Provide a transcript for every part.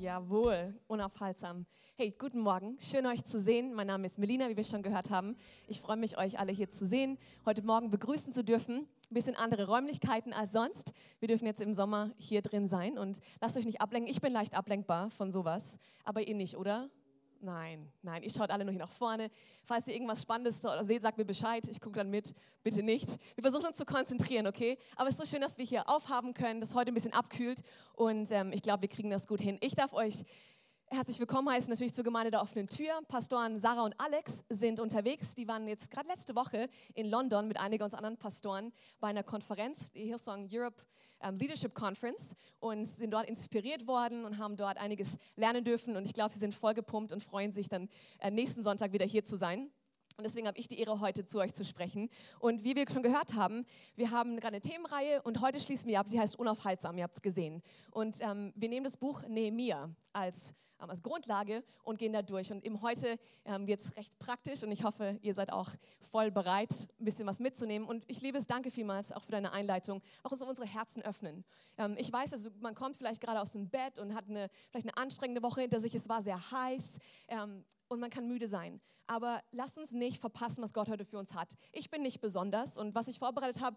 Jawohl, unaufhaltsam. Hey, guten Morgen, schön euch zu sehen. Mein Name ist Melina, wie wir schon gehört haben. Ich freue mich, euch alle hier zu sehen, heute Morgen begrüßen zu dürfen. Ein bisschen andere Räumlichkeiten als sonst. Wir dürfen jetzt im Sommer hier drin sein und lasst euch nicht ablenken. Ich bin leicht ablenkbar von sowas, aber ihr nicht, oder? Nein, ihr schaut alle nur hier nach vorne. Falls ihr irgendwas Spannendes oder seht, sagt mir Bescheid. Ich gucke dann mit, bitte nicht. Wir versuchen uns zu konzentrieren, okay? Aber es ist so schön, dass wir hier aufhaben können, dass heute ein bisschen abkühlt und ich glaube, wir kriegen das gut hin. Ich darf euch herzlich willkommen heißen, natürlich zur Gemeinde der offenen Tür. Pastoren Sarah und Alex sind unterwegs. Die waren jetzt gerade letzte Woche in London mit einigen unserer anderen Pastoren bei einer Konferenz, die Hillsong Europe Leadership Conference, und sind dort inspiriert worden und haben dort einiges lernen dürfen. Und ich glaube, sie sind voll gepumpt und freuen sich dann nächsten Sonntag wieder hier zu sein. Und deswegen habe ich die Ehre, heute zu euch zu sprechen. Und wie wir schon gehört haben, wir haben gerade eine Themenreihe und heute schließen wir ab. Sie heißt Unaufhaltsam, ihr habt es gesehen. Und wir nehmen das Buch Nehemia als Grundlage und gehen da durch. Und eben heute wird es recht praktisch und ich hoffe, ihr seid auch voll bereit, ein bisschen was mitzunehmen. Und ich liebe es, danke vielmals auch für deine Einleitung, auch so unsere Herzen öffnen. Ich weiß, also man kommt vielleicht gerade aus dem Bett und hat vielleicht eine anstrengende Woche hinter sich, es war sehr heiß und man kann müde sein. Aber lass uns nicht verpassen, was Gott heute für uns hat. Ich bin nicht besonders und was ich vorbereitet habe,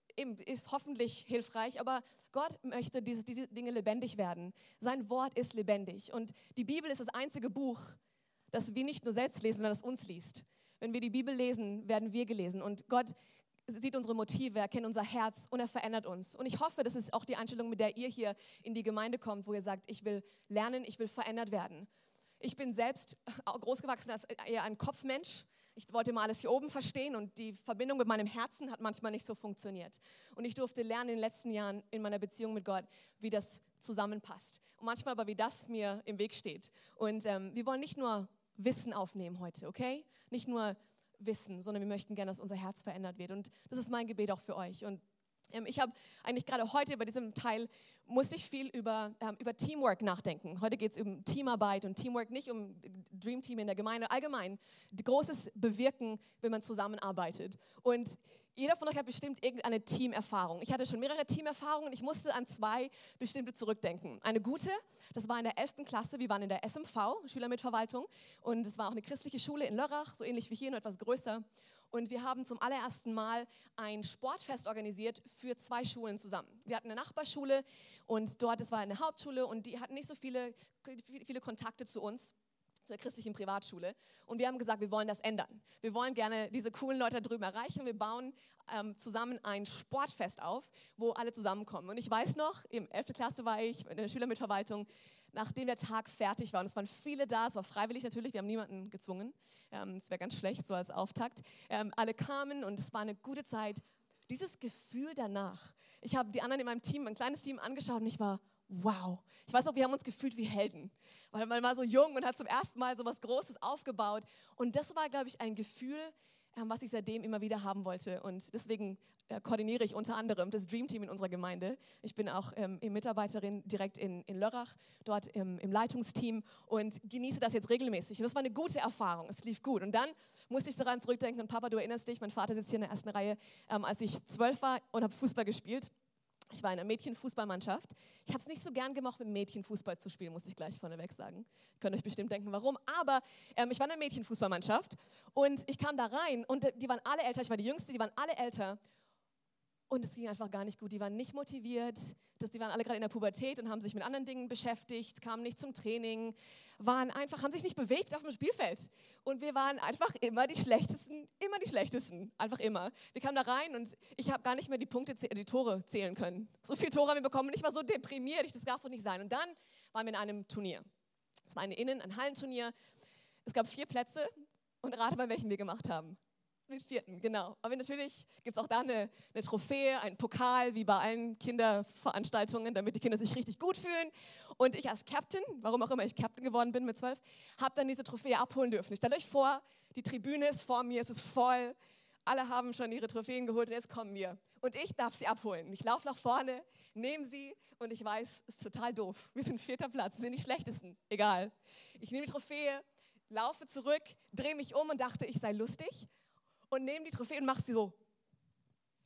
ist hoffentlich hilfreich, aber Gott möchte diese Dinge lebendig werden. Sein Wort ist lebendig und die Bibel ist das einzige Buch, das wir nicht nur selbst lesen, sondern das uns liest. Wenn wir die Bibel lesen, werden wir gelesen und Gott sieht unsere Motive, er kennt unser Herz und er verändert uns. Und ich hoffe, das ist auch die Einstellung, mit der ihr hier in die Gemeinde kommt, wo ihr sagt, ich will lernen, ich will verändert werden. Ich bin selbst großgewachsen als eher ein Kopfmensch. Ich wollte mal alles hier oben verstehen und die Verbindung mit meinem Herzen hat manchmal nicht so funktioniert. Und ich durfte lernen in den letzten Jahren in meiner Beziehung mit Gott, wie das zusammenpasst. Und manchmal aber, wie das mir im Weg steht. Und wir wollen nicht nur Wissen aufnehmen heute, okay? Nicht nur Wissen, sondern wir möchten gerne, dass unser Herz verändert wird. Und das ist mein Gebet auch für euch. Und ich habe eigentlich gerade heute bei diesem Teil, musste ich viel über Teamwork nachdenken. Heute geht es um Teamarbeit und Teamwork, nicht um Dream Team in der Gemeinde, allgemein großes Bewirken, wenn man zusammenarbeitet. Und jeder von euch hat bestimmt irgendeine Teamerfahrung. Ich hatte schon mehrere Teamerfahrungen und ich musste an zwei bestimmte zurückdenken. Eine gute, das war in der 11. Klasse, wir waren in der SMV, Schülermitverwaltung, und es war auch eine christliche Schule in Lörrach, so ähnlich wie hier, nur etwas größer. Und wir haben zum allerersten Mal ein Sportfest organisiert für 2 Schulen zusammen. Wir hatten eine Nachbarschule und dort, es war eine Hauptschule und die hatten nicht so viele Kontakte zu uns, zu der christlichen Privatschule. Und wir haben gesagt, wir wollen das ändern. Wir wollen gerne diese coolen Leute da drüben erreichen. Wir bauen zusammen ein Sportfest auf, wo alle zusammenkommen. Und ich weiß noch, in 11. Klasse war ich in der Schülermitverwaltung, nachdem der Tag fertig war. Und es waren viele da, es war freiwillig natürlich, wir haben niemanden gezwungen. Es wäre ganz schlecht, so als Auftakt. Alle kamen und es war eine gute Zeit. Dieses Gefühl danach, ich habe die anderen in meinem Team, mein kleines Team angeschaut und ich war, wow. Ich weiß noch, wir haben uns gefühlt wie Helden, weil man war so jung und hat zum ersten Mal so was Großes aufgebaut. Und das war, glaube ich, ein Gefühl, was ich seitdem immer wieder haben wollte. Und deswegen koordiniere ich unter anderem das Dream Team in unserer Gemeinde. Ich bin auch Mitarbeiterin direkt in Lörrach, dort im Leitungsteam und genieße das jetzt regelmäßig. Und das war eine gute Erfahrung, es lief gut. Und dann musste ich daran zurückdenken, und Papa, du erinnerst dich, mein Vater sitzt hier in der ersten Reihe, als ich 12 war und habe Fußball gespielt. Ich war in einer Mädchenfußballmannschaft. Ich habe es nicht so gern gemacht, mit Mädchenfußball zu spielen, muss ich gleich vorneweg sagen. Ihr könnt euch bestimmt denken, warum. Aber ich war in einer Mädchenfußballmannschaft und ich kam da rein und die waren alle älter. Ich war die Jüngste, die waren alle älter. Und es ging einfach gar nicht gut. Die waren nicht motiviert. Die waren alle gerade in der Pubertät und haben sich mit anderen Dingen beschäftigt, kamen nicht zum Training, haben sich nicht bewegt auf dem Spielfeld. Und wir waren einfach immer die Schlechtesten, einfach immer. Wir kamen da rein und ich habe gar nicht mehr die Tore zählen können. So viele Tore haben wir bekommen und ich war so deprimiert, das darf doch nicht sein. Und dann waren wir in einem Turnier. Es war ein Hallenturnier. Es gab 4 Plätze und rate mal, welchen wir gemacht haben. Den 4., genau. Aber natürlich gibt es auch da eine Trophäe, einen Pokal, wie bei allen Kinderveranstaltungen, damit die Kinder sich richtig gut fühlen. Und ich als Captain, warum auch immer ich Captain geworden bin mit 12, habe dann diese Trophäe abholen dürfen. Stellt euch vor, die Tribüne ist vor mir, es ist voll, alle haben schon ihre Trophäen geholt und jetzt kommen wir. Und ich darf sie abholen. Ich laufe nach vorne, nehme sie und ich weiß, es ist total doof. Wir sind 4. Platz, wir sind die Schlechtesten, egal. Ich nehme die Trophäe, laufe zurück, drehe mich um und dachte, ich sei lustig. Und nehme die Trophäe und mache sie so.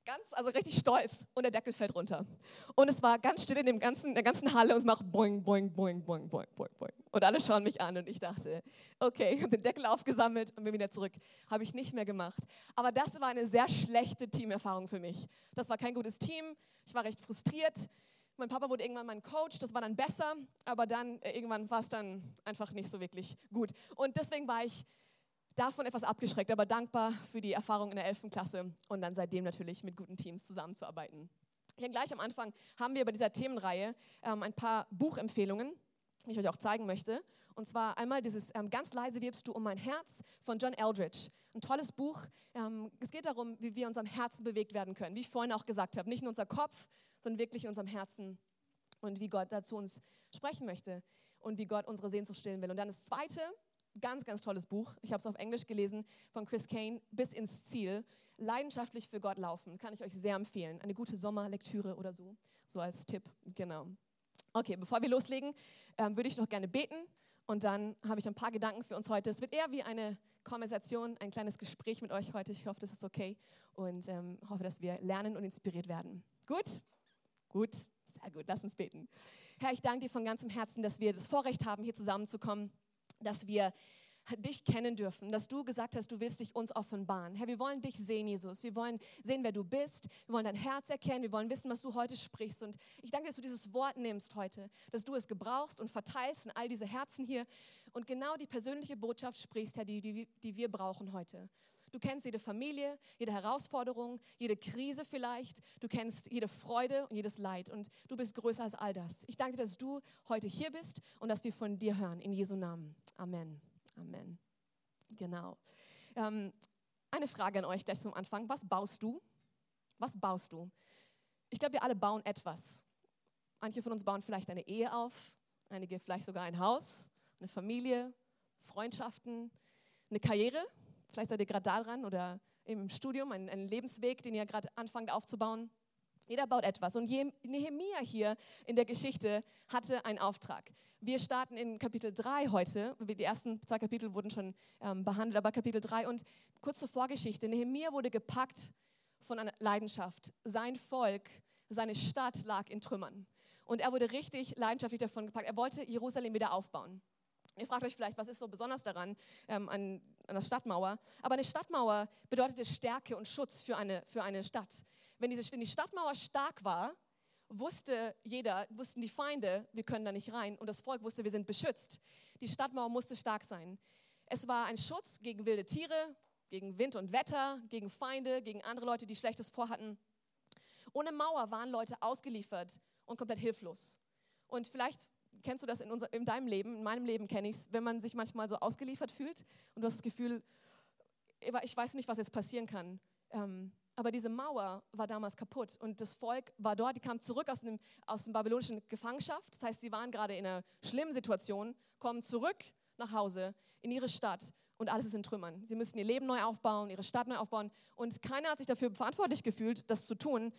also richtig stolz und der Deckel fällt runter. Und es war ganz still in der ganzen Halle und es macht boing, boing, boing, boing, boing, boing, boing. Und alle schauen mich an und ich dachte, okay, ich habe den Deckel aufgesammelt und bin wieder zurück. Habe ich nicht mehr gemacht. Aber das war eine sehr schlechte Teamerfahrung für mich. Das war kein gutes Team, ich war recht frustriert. Mein Papa wurde irgendwann mein Coach, das war dann besser, aber dann irgendwann war es dann einfach nicht so wirklich gut. Und deswegen war ich davon etwas abgeschreckt, aber dankbar für die Erfahrung in der 11. Klasse und dann seitdem natürlich mit guten Teams zusammenzuarbeiten. Ja, gleich am Anfang haben wir bei dieser Themenreihe ein paar Buchempfehlungen, die ich euch auch zeigen möchte. Und zwar einmal dieses Ganz leise wirbst du um mein Herz von John Eldredge. Ein tolles Buch. Es geht darum, wie wir in unserem Herzen bewegt werden können. Wie ich vorhin auch gesagt habe, nicht in unser Kopf, sondern wirklich in unserem Herzen und wie Gott dazu uns sprechen möchte und wie Gott unsere Sehnsucht stillen will. Und dann das zweite, ganz, ganz tolles Buch. Ich habe es auf Englisch gelesen, von Chris Kane, Bis ins Ziel. Leidenschaftlich für Gott laufen. Kann ich euch sehr empfehlen. Eine gute Sommerlektüre oder so. So als Tipp. Genau. Okay, bevor wir loslegen, würde ich noch gerne beten. Und dann habe ich ein paar Gedanken für uns heute. Es wird eher wie eine Konversation, ein kleines Gespräch mit euch heute. Ich hoffe, das ist okay. Und hoffe, dass wir lernen und inspiriert werden. Gut? Gut. Sehr gut. Lass uns beten. Herr, ich danke dir von ganzem Herzen, dass wir das Vorrecht haben, hier zusammenzukommen, dass wir dich kennen dürfen, dass du gesagt hast, du willst dich uns offenbaren. Herr, wir wollen dich sehen, Jesus. Wir wollen sehen, wer du bist. Wir wollen dein Herz erkennen. Wir wollen wissen, was du heute sprichst. Und ich danke, dass du dieses Wort nimmst heute, dass du es gebrauchst und verteilst in all diese Herzen hier und genau die persönliche Botschaft sprichst, Herr, die wir brauchen heute. Du kennst jede Familie, jede Herausforderung, jede Krise vielleicht. Du kennst jede Freude und jedes Leid. Und du bist größer als all das. Ich danke dir, dass du heute hier bist und dass wir von dir hören. In Jesu Namen. Amen. Amen. Genau. Eine Frage an euch gleich zum Anfang. Was baust du? Was baust du? Ich glaube, wir alle bauen etwas. Manche von uns bauen vielleicht eine Ehe auf, einige vielleicht sogar ein Haus, eine Familie, Freundschaften, eine Karriere. Vielleicht seid ihr gerade da dran oder im Studium, einen Lebensweg, den ihr gerade anfangt aufzubauen. Jeder baut etwas. Und Nehemia hier in der Geschichte hatte einen Auftrag. Wir starten in Kapitel 3 heute. Die ersten 2 Kapitel wurden schon behandelt, aber Kapitel 3 und kurze Vorgeschichte. Nehemia wurde gepackt von einer Leidenschaft. Sein Volk, seine Stadt lag in Trümmern. Und er wurde richtig leidenschaftlich davon gepackt. Er wollte Jerusalem wieder aufbauen. Ihr fragt euch vielleicht, was ist so besonders daran, an der Stadtmauer? Aber eine Stadtmauer bedeutete Stärke und Schutz für eine Stadt. Wenn die Stadtmauer stark war, wussten die Feinde, wir können da nicht rein. Und das Volk wusste, wir sind beschützt. Die Stadtmauer musste stark sein. Es war ein Schutz gegen wilde Tiere, gegen Wind und Wetter, gegen Feinde, gegen andere Leute, die Schlechtes vorhatten. Ohne Mauer waren Leute ausgeliefert und komplett hilflos. Und vielleicht kennst du das in deinem Leben, in meinem Leben kenne ich es, wenn man sich manchmal so ausgeliefert fühlt und du hast das Gefühl, ich weiß nicht, was jetzt passieren kann. Aber diese Mauer war damals kaputt und das Volk war dort, die kamen zurück aus dem babylonischen Gefangenschaft. Das heißt, sie waren gerade in einer schlimmen Situation, kommen zurück nach Hause in ihre Stadt und alles ist in Trümmern. Sie müssen ihr Leben neu aufbauen, ihre Stadt neu aufbauen und keiner hat sich dafür verantwortlich gefühlt, das zu tun.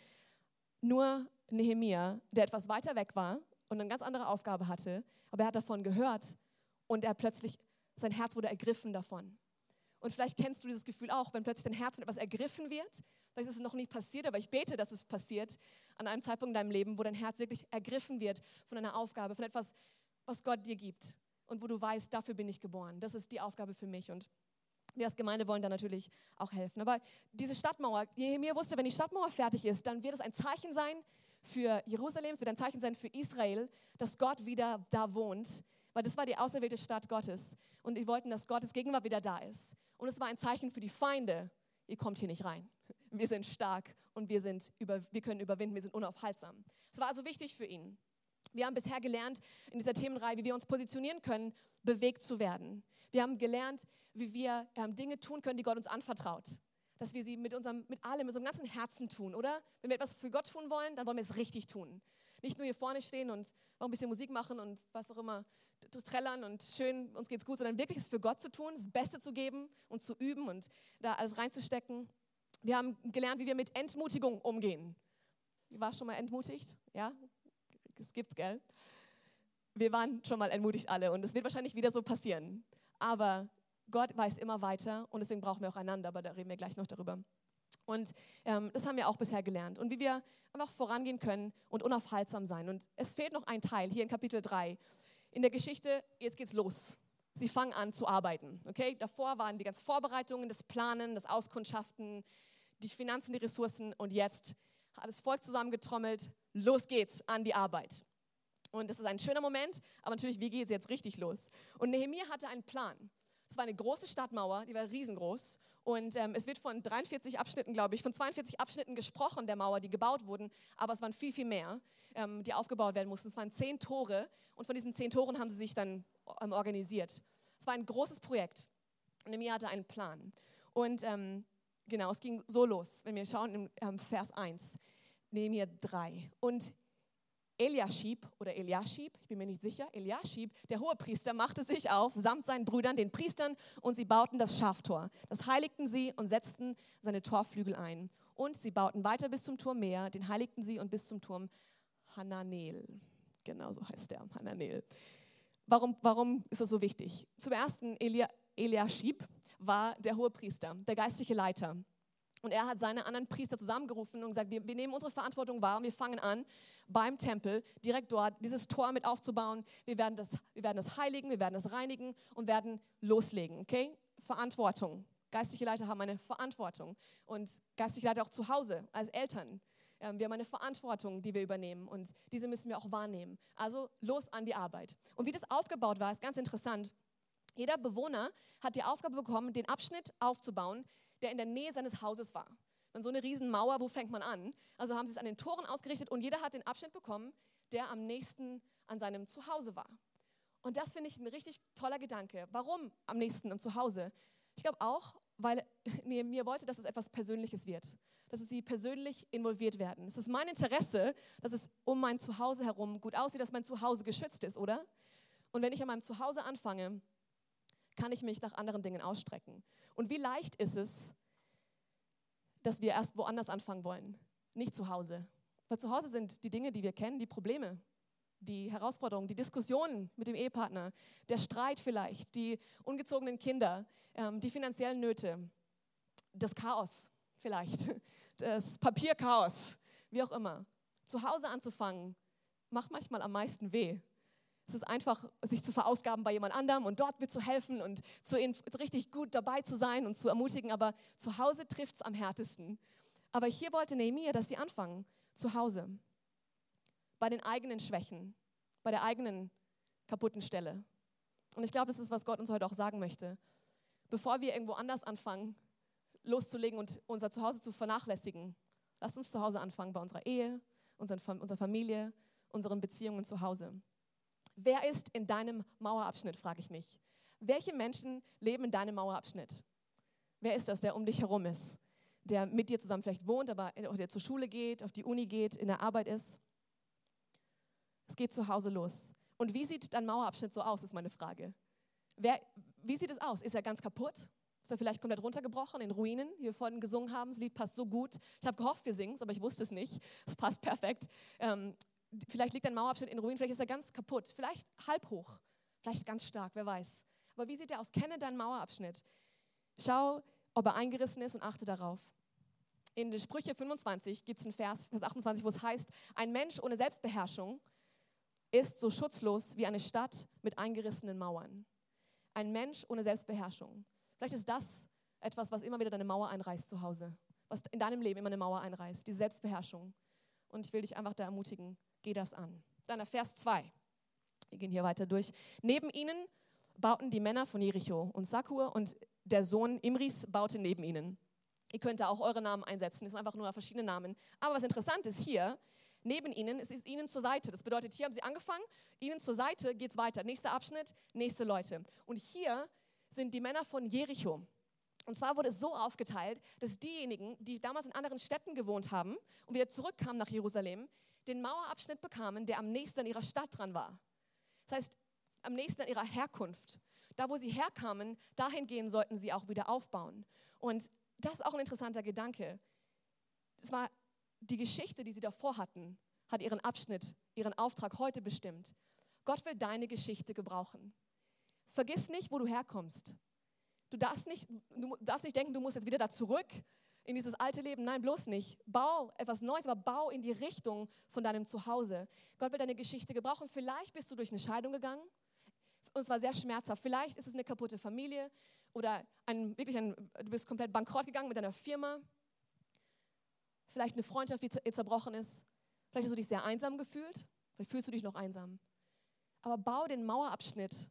Nur Nehemia, der etwas weiter weg war und eine ganz andere Aufgabe hatte, aber er hat davon gehört und sein Herz wurde ergriffen davon. Und vielleicht kennst du dieses Gefühl auch, wenn plötzlich dein Herz von etwas ergriffen wird. Vielleicht ist es noch nie passiert, aber ich bete, dass es passiert an einem Zeitpunkt in deinem Leben, wo dein Herz wirklich ergriffen wird von einer Aufgabe, von etwas, was Gott dir gibt. Und wo du weißt, dafür bin ich geboren. Das ist die Aufgabe für mich. Und wir als Gemeinde wollen da natürlich auch helfen. Aber diese Stadtmauer, Nehemia wusste, wenn die Stadtmauer fertig ist, dann wird es ein Zeichen sein für Jerusalem, es wird ein Zeichen sein für Israel, dass Gott wieder da wohnt. Weil das war die auserwählte Stadt Gottes. Und die wollten, dass Gottes Gegenwart wieder da ist. Und es war ein Zeichen für die Feinde, ihr kommt hier nicht rein. Wir sind stark und wir können überwinden, wir sind unaufhaltsam. Es war also wichtig für ihn. Wir haben bisher gelernt in dieser Themenreihe, wie wir uns positionieren können, bewegt zu werden. Wir haben gelernt, wie wir Dinge tun können, die Gott uns anvertraut. Dass wir sie mit unserem ganzen Herzen tun, oder? Wenn wir etwas für Gott tun wollen, dann wollen wir es richtig tun. Nicht nur hier vorne stehen und auch ein bisschen Musik machen und was auch immer, trällern und schön, uns geht's gut, sondern wirklich es für Gott zu tun, das Beste zu geben und zu üben und da alles reinzustecken. Wir haben gelernt, wie wir mit Entmutigung umgehen. War schon mal entmutigt? Ja? Das gibt's, gell? Wir waren schon mal entmutigt alle und es wird wahrscheinlich wieder so passieren. Aber Gott weiß immer weiter und deswegen brauchen wir auch einander, aber da reden wir gleich noch darüber. Und das haben wir auch bisher gelernt. Und wie wir einfach vorangehen können und unaufhaltsam sein. Und es fehlt noch ein Teil hier in Kapitel 3. In der Geschichte, jetzt geht's los. Sie fangen an zu arbeiten. Okay? Davor waren die ganzen Vorbereitungen, das Planen, das Auskundschaften, die Finanzen, die Ressourcen. Und jetzt hat das Volk zusammengetrommelt. Los geht's an die Arbeit. Und das ist ein schöner Moment, aber natürlich, wie geht es jetzt richtig los? Und Nehemia hatte einen Plan. Es war eine große Stadtmauer, die war riesengroß. Und es wird von 43 Abschnitten, glaube ich, von 42 Abschnitten gesprochen der Mauer, die gebaut wurden. Aber es waren viel, viel mehr, die aufgebaut werden mussten. Es waren 10 Tore und von diesen 10 Toren haben sie sich dann organisiert. Es war ein großes Projekt. Und Nehemia hatte einen Plan. Und genau, es ging so los, wenn wir schauen im Vers 1, Nehemia 3. Und Eliaschib, ich bin mir nicht sicher, Eliaschib, der Hohepriester, machte sich auf, samt seinen Brüdern, den Priestern, und sie bauten das Schaftor. Das heiligten sie und setzten seine Torflügel ein. Und sie bauten weiter bis zum Turm Meer, den heiligten sie und bis zum Turm Hananel. Genau so heißt der, Hananel. Warum ist das so wichtig? Zum Ersten, Eliaschib war der Hohepriester, der geistliche Leiter. Und er hat seine anderen Priester zusammengerufen und gesagt, wir nehmen unsere Verantwortung wahr und wir fangen an, beim Tempel, direkt dort, dieses Tor mit aufzubauen. Wir werden das heiligen, wir werden das reinigen und werden loslegen, okay? Verantwortung. Geistliche Leiter haben eine Verantwortung. Und geistliche Leiter auch zu Hause, als Eltern. Wir haben eine Verantwortung, die wir übernehmen und diese müssen wir auch wahrnehmen. Also los an die Arbeit. Und wie das aufgebaut war, ist ganz interessant. Jeder Bewohner hat die Aufgabe bekommen, den Abschnitt aufzubauen, der in der Nähe seines Hauses war. Und so eine Riesenmauer, wo fängt man an? Also haben sie es an den Toren ausgerichtet und jeder hat den Abschnitt bekommen, der am nächsten an seinem Zuhause war. Und das finde ich ein richtig toller Gedanke. Warum am nächsten am Zuhause? Ich glaube auch, weil Nehemia wollte, dass es etwas Persönliches wird. Dass sie persönlich involviert werden. Es ist mein Interesse, dass es um mein Zuhause herum gut aussieht, dass mein Zuhause geschützt ist, oder? Und wenn ich an meinem Zuhause anfange, kann ich mich nach anderen Dingen ausstrecken. Und wie leicht ist es, dass wir erst woanders anfangen wollen, nicht zu Hause. Weil zu Hause sind die Dinge, die wir kennen, die Probleme, die Herausforderungen, die Diskussionen mit dem Ehepartner, der Streit vielleicht, die ungezogenen Kinder, die finanziellen Nöte, das Chaos vielleicht, das Papierchaos, wie auch immer. Zu Hause anzufangen, macht manchmal am meisten weh. Es ist einfach, sich zu verausgaben bei jemand anderem und dort mitzuhelfen und richtig gut dabei zu sein und zu ermutigen, aber zu Hause trifft es am härtesten. Aber hier wollte Nehemia, dass sie anfangen, zu Hause, bei den eigenen Schwächen, bei der eigenen kaputten Stelle. Und ich glaube, das ist, was Gott uns heute auch sagen möchte. Bevor wir irgendwo anders anfangen, loszulegen und unser Zuhause zu vernachlässigen, lasst uns zu Hause anfangen, bei unserer Ehe, unserer Familie, unseren Beziehungen zu Hause. Wer ist in deinem Mauerabschnitt, frage ich mich. Welche Menschen leben in deinem Mauerabschnitt? Wer ist das, der um dich herum ist? Der mit dir zusammen vielleicht wohnt, aber auch der zur Schule geht, auf die Uni geht, in der Arbeit ist? Es geht zu Hause los. Und wie sieht dein Mauerabschnitt so aus, ist meine Frage. Wie sieht es aus? Ist er ganz kaputt? Ist er vielleicht komplett runtergebrochen, in Ruinen, wie wir vorhin gesungen haben? Das Lied passt so gut. Ich habe gehofft, wir singen es, aber ich wusste es nicht. Es passt perfekt. Vielleicht liegt dein Mauerabschnitt in Ruinen, vielleicht ist er ganz kaputt, vielleicht halb hoch, vielleicht ganz stark, wer weiß. Aber wie sieht er aus? Kenne deinen Mauerabschnitt. Schau, ob er eingerissen ist und achte darauf. In Sprüche 25 gibt es einen Vers 28, wo es heißt, ein Mensch ohne Selbstbeherrschung ist so schutzlos wie eine Stadt mit eingerissenen Mauern. Ein Mensch ohne Selbstbeherrschung. Vielleicht ist das etwas, was immer wieder deine Mauer einreißt zu Hause. Was in deinem Leben immer eine Mauer einreißt, die Selbstbeherrschung. Und ich will dich einfach da ermutigen, geh das an. Dann Vers 2. Wir gehen hier weiter durch. Neben ihnen bauten die Männer von Jericho und Sakur und der Sohn Imris baute neben ihnen. Ihr könnt da auch eure Namen einsetzen, das sind einfach nur verschiedene Namen. Aber was interessant ist hier, neben ihnen, es ist ihnen zur Seite. Das bedeutet, hier haben sie angefangen, ihnen zur Seite geht es weiter. Nächster Abschnitt, nächste Leute. Und hier sind die Männer von Jericho. Und zwar wurde es so aufgeteilt, dass diejenigen, die damals in anderen Städten gewohnt haben und wieder zurückkamen nach Jerusalem, den Mauerabschnitt bekamen, der am nächsten an ihrer Stadt dran war. Das heißt, am nächsten an ihrer Herkunft. Da, wo sie herkamen, dahingehend sollten sie auch wieder aufbauen. Und das ist auch ein interessanter Gedanke. Es war die Geschichte, die sie davor hatten, hat ihren Abschnitt, ihren Auftrag heute bestimmt. Gott will deine Geschichte gebrauchen. Vergiss nicht, wo du herkommst. Du darfst nicht denken, du musst jetzt wieder da zurück in dieses alte Leben. Nein, bloß nicht. Bau etwas Neues, aber bau in die Richtung von deinem Zuhause. Gott will deine Geschichte gebrauchen. Vielleicht bist du durch eine Scheidung gegangen und es war sehr schmerzhaft. Vielleicht ist es eine kaputte Familie oder du bist komplett bankrott gegangen mit deiner Firma. Vielleicht eine Freundschaft, die zerbrochen ist. Vielleicht hast du dich sehr einsam gefühlt. Vielleicht fühlst du dich noch einsam. Aber bau den Mauerabschnitt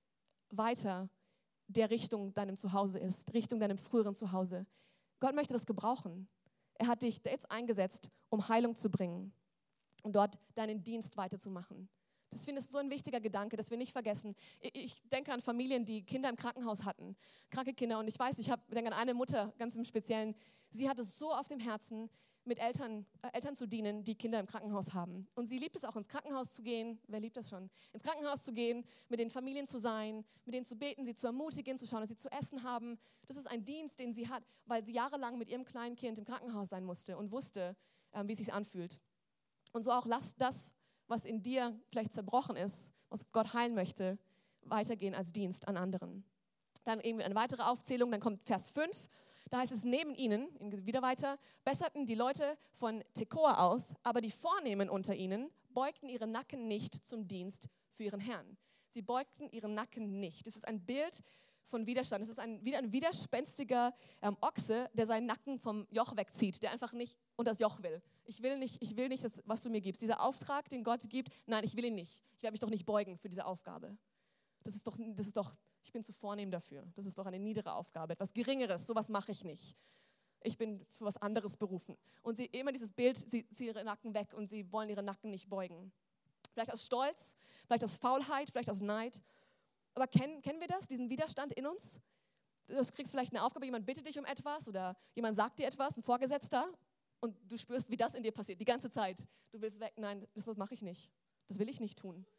weiter, der Richtung deinem Zuhause ist, Richtung deinem früheren Zuhause. Gott möchte das gebrauchen. Er hat dich jetzt eingesetzt, um Heilung zu bringen und dort deinen Dienst weiterzumachen. Das finde ich so ein wichtiger Gedanke, dass wir nicht vergessen. Ich denke an Familien, die Kinder im Krankenhaus hatten, kranke Kinder. Und ich weiß, denke an eine Mutter ganz im Speziellen. Sie hat es so auf dem Herzen, mit Eltern zu dienen, die Kinder im Krankenhaus haben. Und sie liebt es auch, ins Krankenhaus zu gehen. Wer liebt das schon? Ins Krankenhaus zu gehen, mit den Familien zu sein, mit denen zu beten, sie zu ermutigen, zu schauen, dass sie zu essen haben. Das ist ein Dienst, den sie hat, weil sie jahrelang mit ihrem kleinen Kind im Krankenhaus sein musste und wusste, wie es sich anfühlt. Und so auch lass das, was in dir vielleicht zerbrochen ist, was Gott heilen möchte, weitergehen als Dienst an anderen. Dann irgendwie eine weitere Aufzählung, dann kommt Vers 5. Da heißt es, neben ihnen, wieder weiter, besserten die Leute von Tekoa aus, aber die Vornehmen unter ihnen beugten ihre Nacken nicht zum Dienst für ihren Herrn. Sie beugten ihren Nacken nicht. Das ist ein Bild von Widerstand. Das ist wieder ein widerspenstiger Ochse, der seinen Nacken vom Joch wegzieht, der einfach nicht unter das Joch will. Ich will nicht das, was du mir gibst. Dieser Auftrag, den Gott gibt, nein, ich will ihn nicht. Ich werde mich doch nicht beugen für diese Aufgabe. Das ist doch, ich bin zu vornehm dafür. Das ist doch eine niedere Aufgabe, etwas Geringeres. Sowas mache ich nicht. Ich bin für was anderes berufen. Und sie immer dieses Bild, sie ziehen ihre Nacken weg und sie wollen ihre Nacken nicht beugen. Vielleicht aus Stolz, vielleicht aus Faulheit, vielleicht aus Neid. Aber kennen wir das, diesen Widerstand in uns? Du kriegst vielleicht eine Aufgabe, jemand bittet dich um etwas oder jemand sagt dir etwas, ein Vorgesetzter, und du spürst, wie das in dir passiert, die ganze Zeit. Du willst weg, nein, das mache ich nicht. Das will ich nicht tun.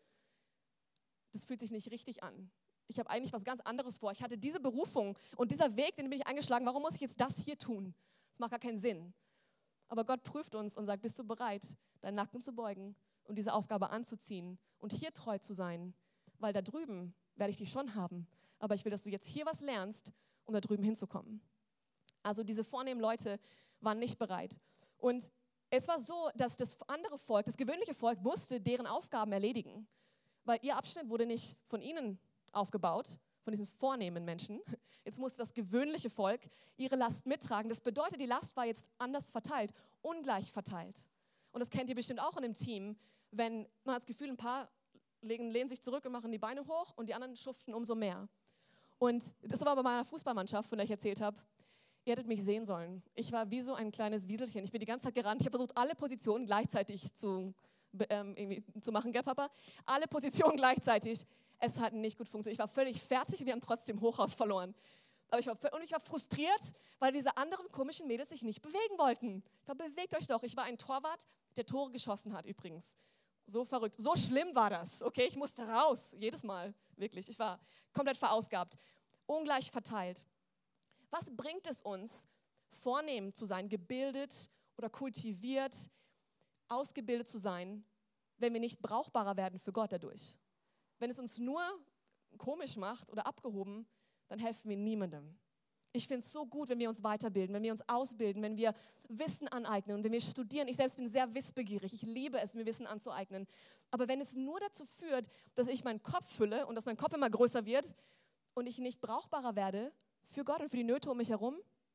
Das fühlt sich nicht richtig an. Ich habe eigentlich was ganz anderes vor. Ich hatte diese Berufung und dieser Weg, den bin ich eingeschlagen. Warum muss ich jetzt das hier tun? Das macht gar keinen Sinn. Aber Gott prüft uns und sagt, bist du bereit, deinen Nacken zu beugen und diese Aufgabe anzuziehen und hier treu zu sein? Weil da drüben werde ich dich schon haben. Aber ich will, dass du jetzt hier was lernst, um da drüben hinzukommen. Also diese vornehmen Leute waren nicht bereit. Und es war so, dass das andere Volk, das gewöhnliche Volk, musste deren Aufgaben erledigen. Weil ihr Abschnitt wurde nicht von ihnen aufgebaut, von diesen vornehmen Menschen. Jetzt musste das gewöhnliche Volk ihre Last mittragen. Das bedeutet, die Last war jetzt anders verteilt, ungleich verteilt. Und das kennt ihr bestimmt auch in einem Team, wenn man hat das Gefühl, ein paar lehnen sich zurück und machen die Beine hoch und die anderen schuften umso mehr. Und das war bei meiner Fußballmannschaft, von der ich erzählt habe. Ihr hättet mich sehen sollen. Ich war wie so ein kleines Wieselchen. Ich bin die ganze Zeit gerannt. Ich habe versucht, alle Positionen gleichzeitig zu machen, gell, Papa? Alle Positionen gleichzeitig. Es hat nicht gut funktioniert. Ich war völlig fertig und wir haben trotzdem Hochhaus verloren. Aber ich war frustriert, weil diese anderen komischen Mädels sich nicht bewegen wollten. Ich war, bewegt euch doch. Ich war ein Torwart, der Tore geschossen hat übrigens. So verrückt. So schlimm war das. Okay, ich musste raus. Jedes Mal. Wirklich. Ich war komplett verausgabt. Ungleich verteilt. Was bringt es uns, vornehm zu sein, gebildet oder kultiviert, ausgebildet zu sein, wenn wir nicht brauchbarer werden für Gott dadurch? Wenn es uns nur komisch macht oder abgehoben, dann helfen wir niemandem. Ich finde es so gut, wenn wir uns weiterbilden, wenn wir uns ausbilden, wenn wir Wissen aneignen und wenn wir studieren. Ich selbst bin sehr wissbegierig. Ich liebe es, mir Wissen anzueignen. Aber wenn es nur dazu führt, dass ich meinen Kopf fülle und dass mein Kopf immer größer wird und ich nicht brauchbarer werde für Gott und für die Nöte um mich herum,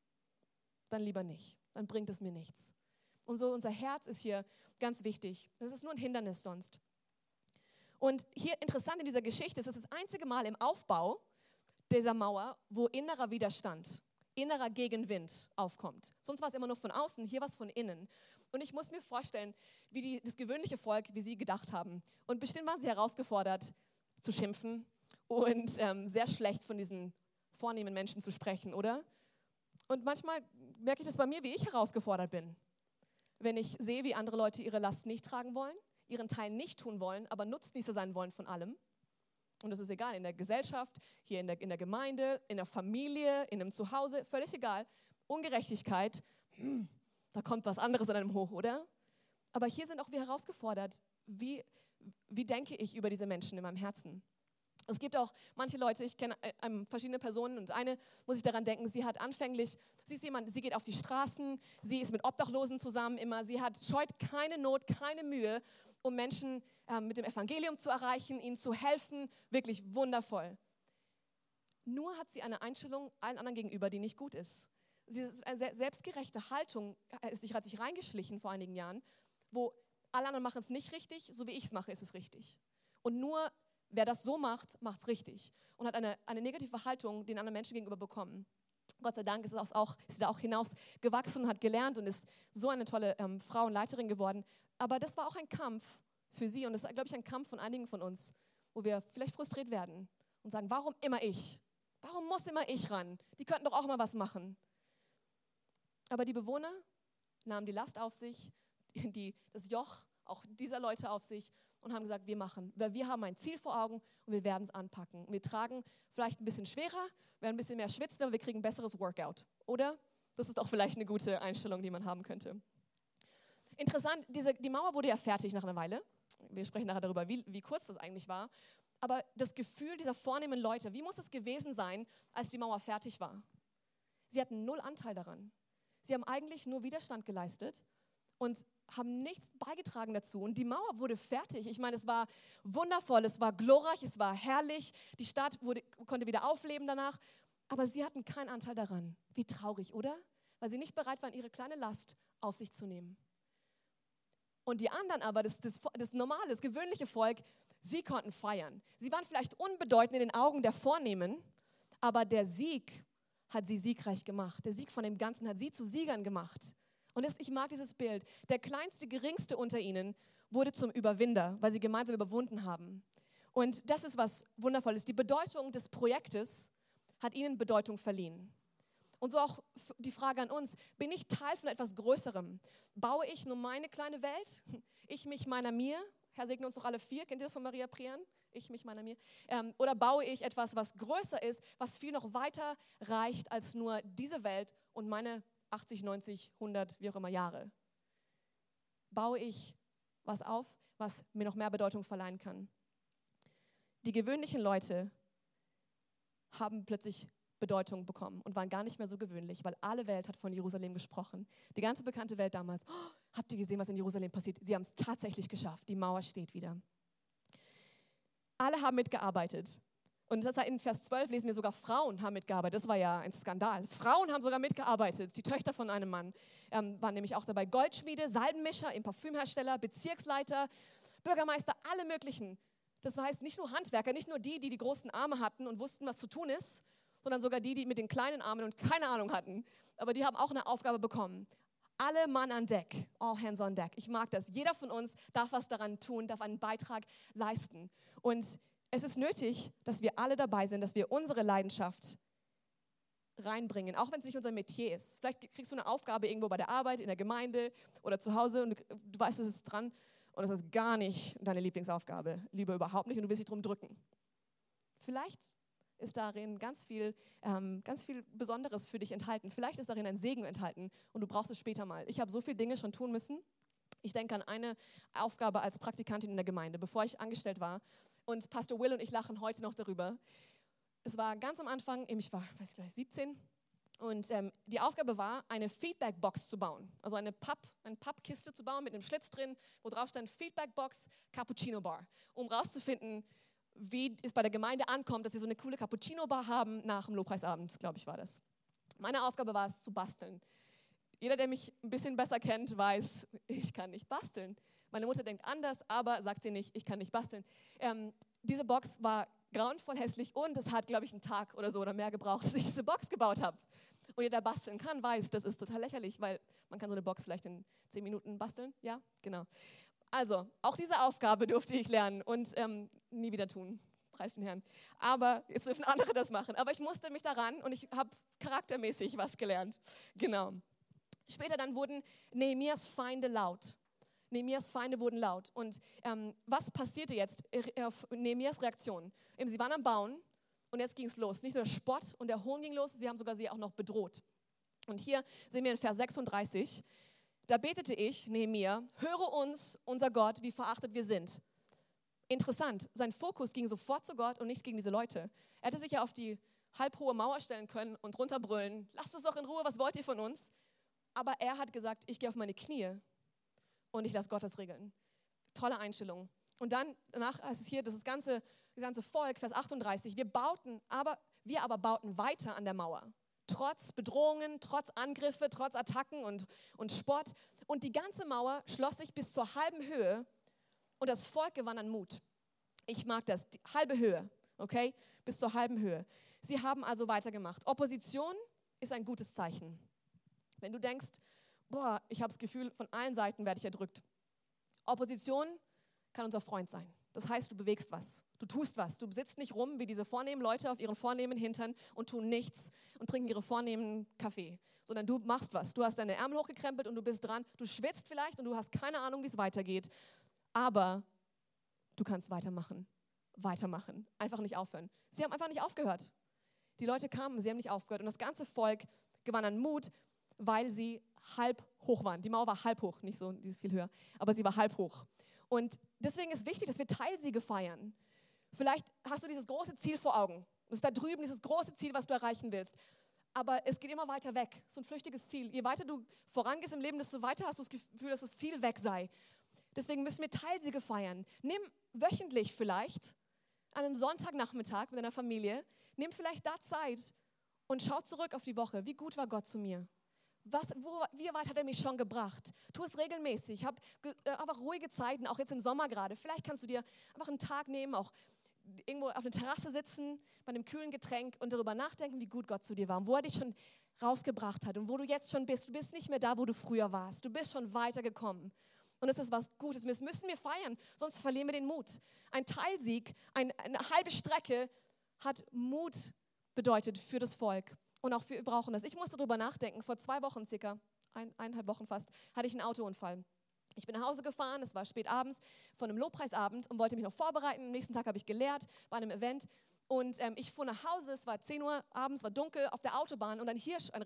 dann lieber nicht. Dann bringt es mir nichts. Und so unser Herz ist hier ganz wichtig. Das ist nur ein Hindernis sonst. Und hier interessant in dieser Geschichte ist, es ist das einzige Mal im Aufbau dieser Mauer, wo innerer Widerstand, innerer Gegenwind aufkommt. Sonst war es immer nur von außen, hier war es von innen. Und ich muss mir vorstellen, wie das gewöhnliche Volk, wie sie gedacht haben. Und bestimmt waren sie herausgefordert, zu schimpfen und sehr schlecht von diesen vornehmen Menschen zu sprechen, oder? Und manchmal merke ich das bei mir, wie ich herausgefordert bin. Wenn ich sehe, wie andere Leute ihre Last nicht tragen wollen, ihren Teil nicht tun wollen, aber Nutznießer sein wollen von allem. Und das ist egal, in der Gesellschaft, hier in der Gemeinde, in der Familie, in einem Zuhause, völlig egal. Ungerechtigkeit, da kommt was anderes an einem hoch, oder? Aber hier sind auch wir herausgefordert, wie denke ich über diese Menschen in meinem Herzen? Es gibt auch manche Leute, ich kenne verschiedene Personen und eine muss ich daran denken, sie ist jemand, sie geht auf die Straßen, sie ist mit Obdachlosen zusammen immer, scheut keine Not, keine Mühe, um Menschen mit dem Evangelium zu erreichen, ihnen zu helfen, wirklich wundervoll. Nur hat sie eine Einstellung allen anderen gegenüber, die nicht gut ist. Sie ist eine selbstgerechte Haltung, hat sich reingeschlichen vor einigen Jahren, wo alle anderen machen es nicht richtig, so wie ich es mache, ist es richtig. Und nur wer das so macht, macht es richtig. Und hat eine negative Haltung den anderen Menschen gegenüber bekommen. Gott sei Dank ist sie da auch hinaus gewachsen und hat gelernt und ist so eine tolle Frau und Leiterin geworden. Aber das war auch ein Kampf für sie und das ist, glaube ich, ein Kampf von einigen von uns, wo wir vielleicht frustriert werden und sagen, warum immer ich? Warum muss immer ich ran? Die könnten doch auch mal was machen. Aber die Bewohner nahmen die Last auf sich, das Joch auch dieser Leute auf sich und haben gesagt, wir machen, weil wir haben ein Ziel vor Augen und wir werden es anpacken. Wir tragen vielleicht ein bisschen schwerer, werden ein bisschen mehr schwitzen, aber wir kriegen ein besseres Workout. Oder? Das ist auch vielleicht eine gute Einstellung, die man haben könnte. Interessant, die Mauer wurde ja fertig nach einer Weile. Wir sprechen nachher darüber, wie kurz das eigentlich war. Aber das Gefühl dieser vornehmen Leute, wie muss es gewesen sein, als die Mauer fertig war? Sie hatten null Anteil daran. Sie haben eigentlich nur Widerstand geleistet und haben nichts beigetragen dazu. Und die Mauer wurde fertig. Ich meine, es war wundervoll, es war glorreich, es war herrlich. Die Stadt konnte wieder aufleben danach. Aber sie hatten keinen Anteil daran. Wie traurig, oder? Weil sie nicht bereit waren, ihre kleine Last auf sich zu nehmen. Und die anderen aber, das normale, das gewöhnliche Volk, sie konnten feiern. Sie waren vielleicht unbedeutend in den Augen der Vornehmen, aber der Sieg hat sie siegreich gemacht. Der Sieg von dem Ganzen hat sie zu Siegern gemacht. Und ich mag dieses Bild. Der kleinste, geringste unter ihnen wurde zum Überwinder, weil sie gemeinsam überwunden haben. Und das ist was Wundervolles. Die Bedeutung des Projektes hat ihnen Bedeutung verliehen. Und so auch die Frage an uns, bin ich Teil von etwas Größerem? Baue ich nur meine kleine Welt? Ich, mich, meiner, mir? Herr, segne uns doch alle 4. Kennt ihr das von Maria Prian? Ich, mich, meiner, mir. Oder baue ich etwas, was größer ist, was viel noch weiter reicht als nur diese Welt und meine 80, 90, 100, wie auch immer Jahre? Baue ich was auf, was mir noch mehr Bedeutung verleihen kann? Die gewöhnlichen Leute haben plötzlich Bedeutung bekommen und waren gar nicht mehr so gewöhnlich, weil alle Welt hat von Jerusalem gesprochen. Die ganze bekannte Welt damals, habt ihr gesehen, was in Jerusalem passiert? Sie haben es tatsächlich geschafft, die Mauer steht wieder. Alle haben mitgearbeitet. Und das in Vers 12 lesen wir sogar, Frauen haben mitgearbeitet. Das war ja ein Skandal. Frauen haben sogar mitgearbeitet. Die Töchter von einem Mann waren nämlich auch dabei. Goldschmiede, Salbenmischer, Parfümhersteller, Bezirksleiter, Bürgermeister, alle möglichen. Das heißt nicht nur Handwerker, nicht nur die großen Arme hatten und wussten, was zu tun ist, sondern sogar die mit den kleinen Armen und keine Ahnung hatten. Aber die haben auch eine Aufgabe bekommen. Alle Mann an Deck, all hands on deck. Ich mag das. Jeder von uns darf was daran tun, darf einen Beitrag leisten. Und es ist nötig, dass wir alle dabei sind, dass wir unsere Leidenschaft reinbringen, auch wenn es nicht unser Metier ist. Vielleicht kriegst du eine Aufgabe irgendwo bei der Arbeit, in der Gemeinde oder zu Hause und du weißt, es ist dran und es ist gar nicht deine Lieblingsaufgabe. Lieber überhaupt nicht und du willst dich drum drücken. Vielleicht ist darin ganz viel Besonderes für dich enthalten. Vielleicht ist darin ein Segen enthalten und du brauchst es später mal. Ich habe so viele Dinge schon tun müssen. Ich denke an eine Aufgabe als Praktikantin in der Gemeinde, bevor ich angestellt war. Und Pastor Will und ich lachen heute noch darüber. Es war ganz am Anfang, ich war 17, und die Aufgabe war, eine Feedback-Box zu bauen. Also eine Pappkiste zu bauen mit einem Schlitz drin, wo drauf stand Feedback-Box, Cappuccino-Bar, um rauszufinden, wie es bei der Gemeinde ankommt, dass sie so eine coole Cappuccino-Bar haben nach dem Lobpreisabend, glaube ich, war das. Meine Aufgabe war es, zu basteln. Jeder, der mich ein bisschen besser kennt, weiß, ich kann nicht basteln. Meine Mutter denkt anders, aber sagt sie nicht, ich kann nicht basteln. Diese Box war grauenvoll hässlich und es hat, glaube ich, einen Tag oder so oder mehr gebraucht, dass ich diese Box gebaut habe. Und jeder, der basteln kann, weiß, das ist total lächerlich, weil man kann so eine Box vielleicht in 10 Minuten basteln. Ja, genau. Also, auch diese Aufgabe durfte ich lernen und nie wieder tun, preis den Herrn. Aber jetzt dürfen andere das machen. Aber ich musste mich daran und ich habe charaktermäßig was gelernt. Genau. Später dann wurden Nehemias Feinde laut. Nehemias Feinde wurden laut. Und was passierte jetzt auf Nehemias Reaktion? Sie waren am Bauen und jetzt ging es los. Nicht nur der Spott und der Hohn ging los, sie haben sogar sie auch noch bedroht. Und hier sehen wir in Vers 36, da betete ich, Nehemia, höre uns, unser Gott, wie verachtet wir sind. Interessant, sein Fokus ging sofort zu Gott und nicht gegen diese Leute. Er hätte sich ja auf die halbhohe Mauer stellen können und runterbrüllen, lasst uns doch in Ruhe, was wollt ihr von uns? Aber er hat gesagt, ich gehe auf meine Knie und ich lasse Gott das regeln. Tolle Einstellung. Und dann, danach heißt es hier, das ganze Volk, Vers 38, wir aber bauten weiter an der Mauer. Trotz Bedrohungen, trotz Angriffe, trotz Attacken und Spott. Und die ganze Mauer schloss sich bis zur halben Höhe und das Volk gewann an Mut. Ich mag das, die halbe Höhe, okay? Bis zur halben Höhe. Sie haben also weitergemacht. Opposition ist ein gutes Zeichen. Wenn du denkst, boah, ich habe das Gefühl, von allen Seiten werde ich erdrückt. Opposition kann unser Freund sein. Das heißt, du bewegst was, du tust was. Du sitzt nicht rum wie diese vornehmen Leute auf ihren vornehmen Hintern und tun nichts und trinken ihre vornehmen Kaffee, sondern du machst was. Du hast deine Ärmel hochgekrempelt und du bist dran. Du schwitzt vielleicht und du hast keine Ahnung, wie es weitergeht, aber du kannst weitermachen, einfach nicht aufhören. Sie haben einfach nicht aufgehört. Die Leute kamen, sie haben nicht aufgehört und das ganze Volk gewann an Mut, weil sie halb hoch waren. Die Mauer war halb hoch, nicht so, die ist viel höher, aber sie war halb hoch. Und deswegen ist wichtig, dass wir Teilsiege feiern. Vielleicht hast du dieses große Ziel vor Augen. Das ist da drüben dieses große Ziel, was du erreichen willst. Aber es geht immer weiter weg. So ein flüchtiges Ziel. Je weiter du vorangehst im Leben, desto weiter hast du das Gefühl, dass das Ziel weg sei. Deswegen müssen wir Teilsiege feiern. Nimm wöchentlich vielleicht, an einem Sonntagnachmittag mit deiner Familie, nimm vielleicht da Zeit und schau zurück auf die Woche. Wie gut war Gott zu mir? Wie weit hat er mich schon gebracht? Tu es regelmäßig. Ich habe einfach ruhige Zeiten, auch jetzt im Sommer gerade. Vielleicht kannst du dir einfach einen Tag nehmen, auch irgendwo auf einer Terrasse sitzen, bei einem kühlen Getränk und darüber nachdenken, wie gut Gott zu dir war und wo er dich schon rausgebracht hat und wo du jetzt schon bist. Du bist nicht mehr da, wo du früher warst. Du bist schon weitergekommen. Und es ist was Gutes. Das müssen wir feiern, sonst verlieren wir den Mut. Ein Teilsieg, eine halbe Strecke hat Mut bedeutet für das Volk. Und auch wir brauchen das. Ich musste darüber nachdenken. Vor 2 Wochen circa, 1,5 Wochen fast, hatte ich einen Autounfall. Ich bin nach Hause gefahren, es war spät abends, von einem Lobpreisabend und wollte mich noch vorbereiten. Am nächsten Tag habe ich gelehrt bei einem Event. Und ich fuhr nach Hause, es war 10 Uhr abends, war dunkel auf der Autobahn und ein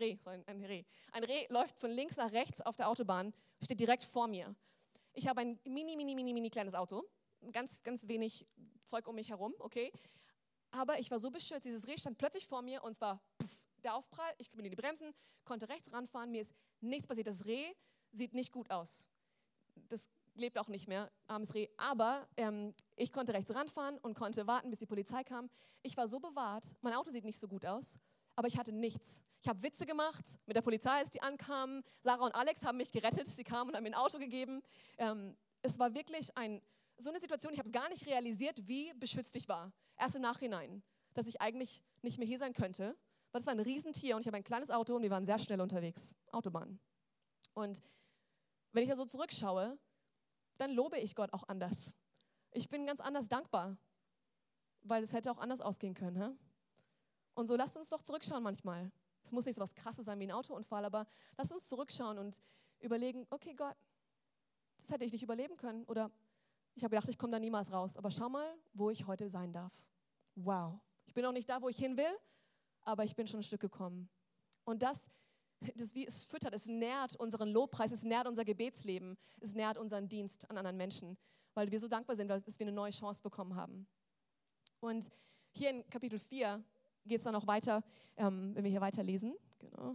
Reh läuft von links nach rechts auf der Autobahn, steht direkt vor mir. Ich habe ein mini kleines Auto, ganz wenig Zeug um mich herum, okay. Aber ich war so beschützt, dieses Reh stand plötzlich vor mir und zwar der Aufprall, ich bin in die Bremsen, konnte rechts ranfahren, mir ist nichts passiert. Das Reh sieht nicht gut aus. Das lebt auch nicht mehr, armes Reh. Aber ich konnte rechts ranfahren und konnte warten, bis die Polizei kam. Ich war so bewahrt, mein Auto sieht nicht so gut aus, aber ich hatte nichts. Ich habe Witze gemacht mit der Polizei, als die ankamen. Sarah und Alex haben mich gerettet, sie kamen und haben mir ein Auto gegeben. Es war wirklich so eine Situation, ich habe es gar nicht realisiert, wie beschützt ich war. Erst im Nachhinein, dass ich eigentlich nicht mehr hier sein könnte. Weil das war ein Riesentier und ich habe ein kleines Auto und wir waren sehr schnell unterwegs, Autobahn. Und wenn ich da so zurückschaue, dann lobe ich Gott auch anders. Ich bin ganz anders dankbar, weil es hätte auch anders ausgehen können. Hä? Und so lasst uns doch zurückschauen manchmal. Es muss nicht so was Krasses sein wie ein Autounfall, aber lasst uns zurückschauen und überlegen, okay Gott, das hätte ich nicht überleben können. Oder ich habe gedacht, ich komme da niemals raus. Aber schau mal, wo ich heute sein darf. Wow, ich bin noch nicht da, wo ich hin will, aber ich bin schon ein Stück gekommen. Und das wie es füttert, es nährt unseren Lobpreis, es nährt unser Gebetsleben, es nährt unseren Dienst an anderen Menschen, weil wir so dankbar sind, dass wir eine neue Chance bekommen haben. Und hier in Kapitel 4 geht es dann noch weiter, wenn wir hier weiterlesen. Genau.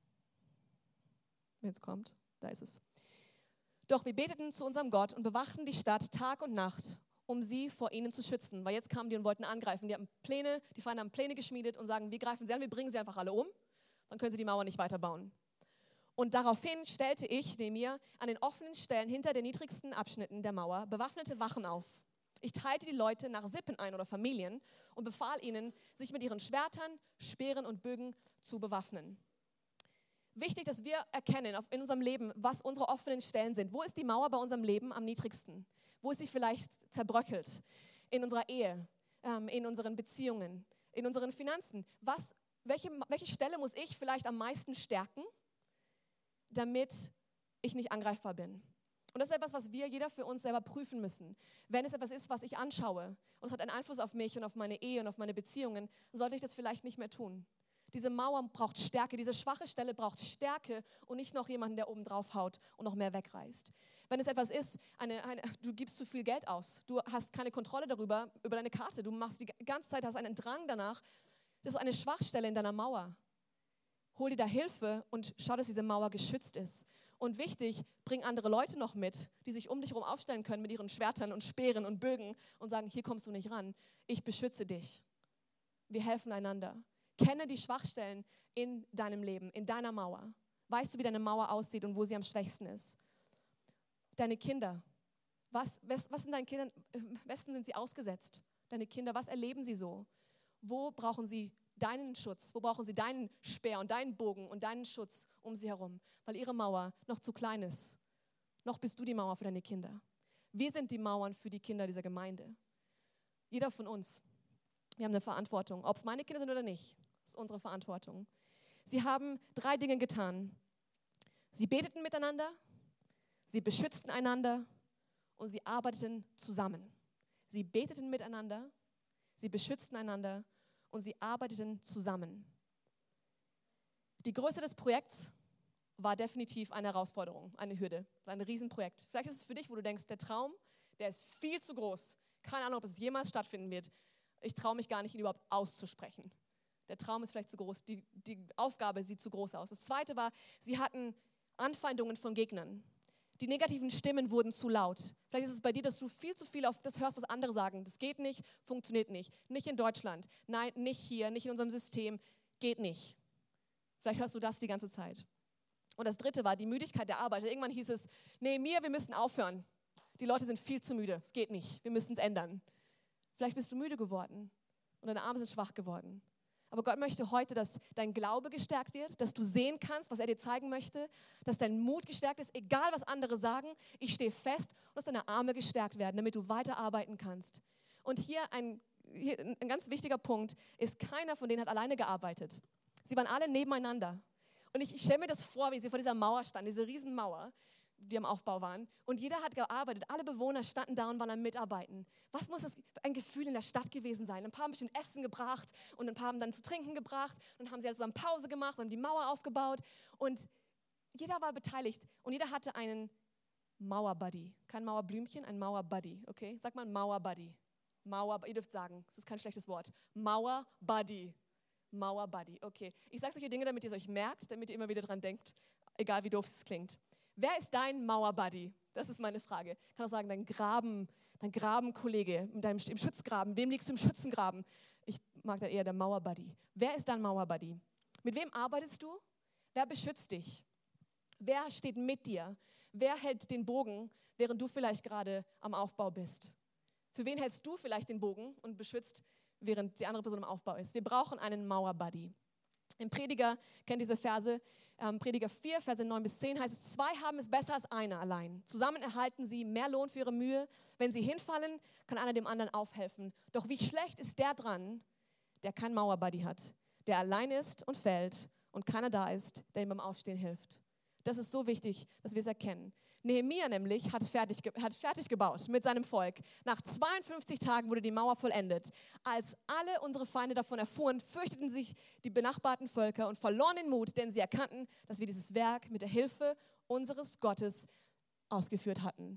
Wenn es kommt, da ist es. Doch wir beteten zu unserem Gott und bewachten die Stadt Tag und Nacht, um sie vor ihnen zu schützen. Weil jetzt kamen die und wollten angreifen. Die Feinde haben Pläne geschmiedet und sagen, wir greifen sie an, wir bringen sie einfach alle um. Dann können sie die Mauer nicht weiterbauen. Und daraufhin stellte ich, Nehemia, an den offenen Stellen hinter den niedrigsten Abschnitten der Mauer bewaffnete Wachen auf. Ich teilte die Leute nach Sippen ein oder Familien und befahl ihnen, sich mit ihren Schwertern, Speeren und Bögen zu bewaffnen. Wichtig, dass wir erkennen in unserem Leben, was unsere offenen Stellen sind. Wo ist die Mauer bei unserem Leben am niedrigsten? Wo ist sie vielleicht zerbröckelt? In unserer Ehe, in unseren Beziehungen, in unseren Finanzen. Welche Stelle muss ich vielleicht am meisten stärken, damit ich nicht angreifbar bin? Und das ist etwas, was wir jeder für uns selber prüfen müssen. Wenn es etwas ist, was ich anschaue und es hat einen Einfluss auf mich und auf meine Ehe und auf meine Beziehungen, dann sollte ich das vielleicht nicht mehr tun. Diese Mauer braucht Stärke, diese schwache Stelle braucht Stärke und nicht noch jemanden, der oben drauf haut und noch mehr wegreißt. Wenn es etwas ist, du gibst zu viel Geld aus, du hast keine Kontrolle darüber, über deine Karte, du machst die ganze Zeit, hast einen Drang danach, das ist eine Schwachstelle in deiner Mauer. Hol dir da Hilfe und schau, dass diese Mauer geschützt ist. Und wichtig, bring andere Leute noch mit, die sich um dich herum aufstellen können mit ihren Schwertern und Speeren und Bögen und sagen, hier kommst du nicht ran, ich beschütze dich. Wir helfen einander. Kenne die Schwachstellen in deinem Leben, in deiner Mauer. Weißt du, wie deine Mauer aussieht und wo sie am schwächsten ist? Deine Kinder. Was sind deinen Kindern, wessen sind sie ausgesetzt? Deine Kinder, was erleben sie so? Wo brauchen sie deinen Schutz? Wo brauchen sie deinen Speer und deinen Bogen und deinen Schutz um sie herum? Weil ihre Mauer noch zu klein ist. Noch bist du die Mauer für deine Kinder. Wir sind die Mauern für die Kinder dieser Gemeinde. Jeder von uns. Wir haben eine Verantwortung. Ob es meine Kinder sind oder nicht, ist unsere Verantwortung. Sie haben 3 Dinge getan. Sie beteten miteinander, sie beschützten einander und sie arbeiteten zusammen. Sie beteten miteinander, sie beschützten einander und sie arbeiteten zusammen. Die Größe des Projekts war definitiv eine Herausforderung, eine Hürde, war ein Riesenprojekt. Vielleicht ist es für dich, wo du denkst, der Traum, der ist viel zu groß. Keine Ahnung, ob es jemals stattfinden wird. Ich traue mich gar nicht, ihn überhaupt auszusprechen. Der Traum ist vielleicht zu groß, die Aufgabe sieht zu groß aus. Das Zweite war, sie hatten Anfeindungen von Gegnern. Die negativen Stimmen wurden zu laut. Vielleicht ist es bei dir, dass du viel zu viel auf das hörst, was andere sagen. Das geht nicht, funktioniert nicht. Nicht in Deutschland, nein, nicht hier, nicht in unserem System, geht nicht. Vielleicht hörst du das die ganze Zeit. Und das Dritte war die Müdigkeit der Arbeit. Irgendwann hieß es, nee, wir müssen aufhören. Die Leute sind viel zu müde, es geht nicht, wir müssen es ändern. Vielleicht bist du müde geworden und deine Arme sind schwach geworden. Aber Gott möchte heute, dass dein Glaube gestärkt wird, dass du sehen kannst, was er dir zeigen möchte, dass dein Mut gestärkt ist, egal was andere sagen, ich stehe fest und dass deine Arme gestärkt werden, damit du weiterarbeiten kannst. Und hier ein ganz wichtiger Punkt ist, keiner von denen hat alleine gearbeitet. Sie waren alle nebeneinander. Und ich stelle mir das vor, wie sie vor dieser Mauer standen, diese Riesenmauer, die am Aufbau waren. Und jeder hat gearbeitet, alle Bewohner standen da und waren am Mitarbeiten. Was muss das ein Gefühl in der Stadt gewesen sein? Ein paar haben ein bisschen Essen gebracht und ein paar haben dann zu trinken gebracht. Und dann haben sie also zusammen Pause gemacht und haben die Mauer aufgebaut. Und jeder war beteiligt und jeder hatte einen Mauerbuddy. Kein Mauerblümchen, ein Mauerbuddy, okay? Sag mal Mauerbuddy. Ihr dürft sagen, es ist kein schlechtes Wort. Mauerbuddy. Mauerbuddy, okay. Ich sage solche Dinge, damit ihr es euch merkt, damit ihr immer wieder dran denkt, egal wie doof es klingt. Wer ist dein Mauerbuddy? Das ist meine Frage. Ich kann auch sagen, dein Grabenkollege im Schützgraben. Wem liegst du im Schützengraben? Ich mag da eher der Mauerbuddy. Wer ist dein Mauerbuddy? Mit wem arbeitest du? Wer beschützt dich? Wer steht mit dir? Wer hält den Bogen, während du vielleicht gerade am Aufbau bist? Für wen hältst du vielleicht den Bogen und beschützt, während die andere Person im Aufbau ist? Wir brauchen einen Mauerbuddy. Im Prediger, kennt diese Verse, Prediger 4, Verse 9-10 heißt es, 2 haben es besser als einer allein. Zusammen erhalten sie mehr Lohn für ihre Mühe. Wenn sie hinfallen, kann einer dem anderen aufhelfen. Doch wie schlecht ist der dran, der kein Mauerbuddy hat, der allein ist und fällt und keiner da ist, der ihm beim Aufstehen hilft. Das ist so wichtig, dass wir es erkennen. Nehemia nämlich hat fertig gebaut mit seinem Volk. Nach 52 Tagen wurde die Mauer vollendet. Als alle unsere Feinde davon erfuhren, fürchteten sich die benachbarten Völker und verloren den Mut, denn sie erkannten, dass wir dieses Werk mit der Hilfe unseres Gottes ausgeführt hatten.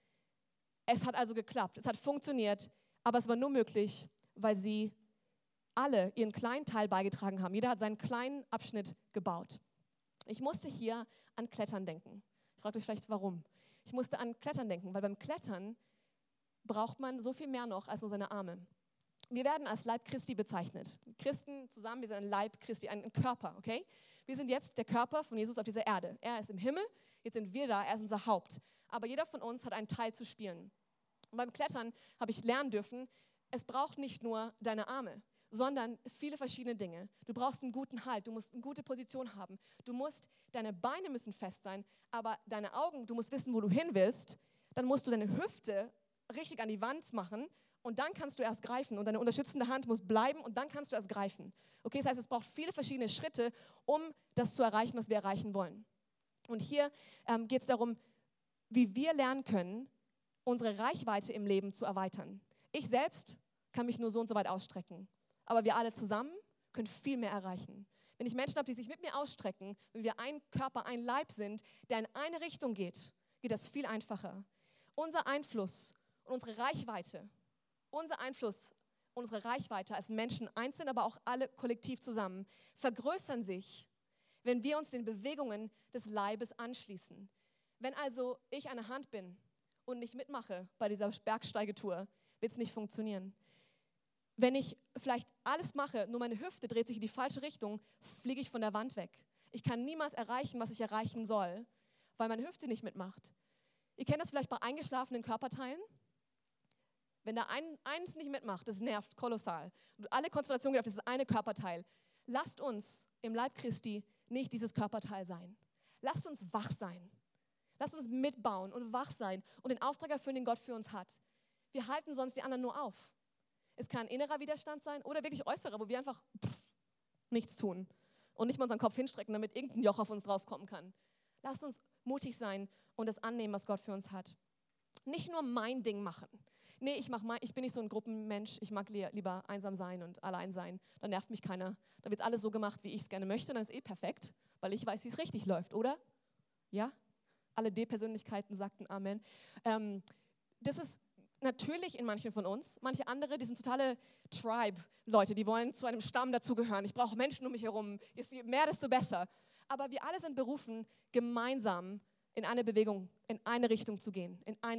Es hat also geklappt, es hat funktioniert, aber es war nur möglich, weil sie alle ihren kleinen Teil beigetragen haben. Jeder hat seinen kleinen Abschnitt gebaut. Ich musste hier an Klettern denken. Fragt euch vielleicht, warum. Ich musste an Klettern denken, weil beim Klettern braucht man so viel mehr noch als nur seine Arme. Wir werden als Leib Christi bezeichnet. Christen zusammen, wir sind ein Leib Christi, ein Körper, okay? Wir sind jetzt der Körper von Jesus auf dieser Erde. Er ist im Himmel, jetzt sind wir da, er ist unser Haupt. Aber jeder von uns hat einen Teil zu spielen. Und beim Klettern habe ich lernen dürfen, es braucht nicht nur deine Arme, sondern viele verschiedene Dinge. Du brauchst einen guten Halt, du musst eine gute Position haben. Deine Beine müssen fest sein, aber deine Augen, du musst wissen, wo du hin willst. Dann musst du deine Hüfte richtig an die Wand machen und dann kannst du erst greifen. Und deine unterstützende Hand muss bleiben und dann kannst du erst greifen. Okay, das heißt, es braucht viele verschiedene Schritte, um das zu erreichen, was wir erreichen wollen. Und hier geht es darum, wie wir lernen können, unsere Reichweite im Leben zu erweitern. Ich selbst kann mich nur so und so weit ausstrecken. Aber wir alle zusammen können viel mehr erreichen. Wenn ich Menschen habe, die sich mit mir ausstrecken, wenn wir ein Körper, ein Leib sind, der in eine Richtung geht, geht das viel einfacher. Unser Einfluss und unsere Reichweite als Menschen einzeln, aber auch alle kollektiv zusammen, vergrößern sich, wenn wir uns den Bewegungen des Leibes anschließen. Wenn also ich eine Hand bin und nicht mitmache bei dieser Bergsteigetour, wird es nicht funktionieren. Wenn ich vielleicht alles mache, nur meine Hüfte dreht sich in die falsche Richtung, fliege ich von der Wand weg. Ich kann niemals erreichen, was ich erreichen soll, weil meine Hüfte nicht mitmacht. Ihr kennt das vielleicht bei eingeschlafenen Körperteilen. Wenn da eins nicht mitmacht, das nervt kolossal. Und alle Konzentration geht auf dieses eine Körperteil. Lasst uns im Leib Christi nicht dieses Körperteil sein. Lasst uns wach sein. Lasst uns mitbauen und wach sein und den Auftrag erfüllen, den Gott für uns hat. Wir halten sonst die anderen nur auf. Es kann innerer Widerstand sein oder wirklich äußerer, wo wir einfach nichts tun und nicht mal unseren Kopf hinstrecken, damit irgendein Joch auf uns draufkommen kann. Lasst uns mutig sein und das annehmen, was Gott für uns hat. Nicht nur mein Ding machen. Nee, ich bin nicht so ein Gruppenmensch. Ich mag lieber einsam sein und allein sein. Dann nervt mich keiner. Dann wird alles so gemacht, wie ich es gerne möchte. Dann ist perfekt, weil ich weiß, wie es richtig läuft, oder? Ja? Alle D-Persönlichkeiten sagten Amen. Das ist natürlich in manchen von uns. Manche andere, die sind totale Tribe-Leute, die wollen zu einem Stamm dazugehören. Ich brauche Menschen um mich herum. Je mehr, desto besser. Aber wir alle sind berufen, gemeinsam in eine Bewegung, in eine Richtung zu gehen.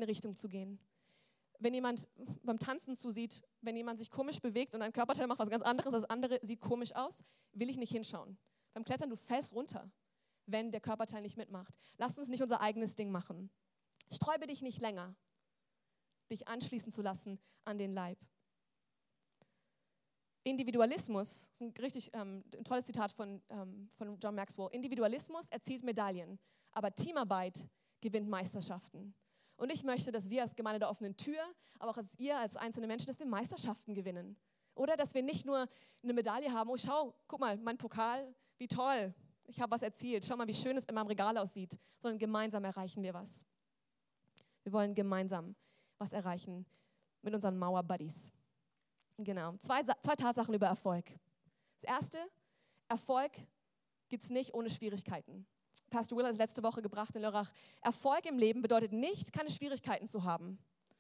Wenn jemand beim Tanzen zusieht, wenn jemand sich komisch bewegt und ein Körperteil macht was ganz anderes, das andere sieht komisch aus, will ich nicht hinschauen. Beim Klettern, du fällst runter, wenn der Körperteil nicht mitmacht. Lass uns nicht unser eigenes Ding machen. Sträube dich nicht länger, dich anschließen zu lassen an den Leib. Individualismus, das ist ein richtig ein tolles Zitat von John Maxwell. Individualismus erzielt Medaillen, aber Teamarbeit gewinnt Meisterschaften. Und ich möchte, dass wir als Gemeinde der offenen Tür, aber auch als ihr, als einzelne Menschen, dass wir Meisterschaften gewinnen. Oder dass wir nicht nur eine Medaille haben, oh schau, guck mal, mein Pokal, wie toll, ich habe was erzielt, schau mal, wie schön es in meinem Regal aussieht, sondern gemeinsam erreichen wir was. Wir wollen gemeinsam was erreichen mit unseren Mauer-Buddies. Genau, zwei Tatsachen über Erfolg. Das erste, Erfolg gibt es nicht ohne Schwierigkeiten. Pastor Will hat es letzte Woche gebracht in Lörrach. Erfolg im Leben bedeutet nicht, keine Schwierigkeiten zu haben.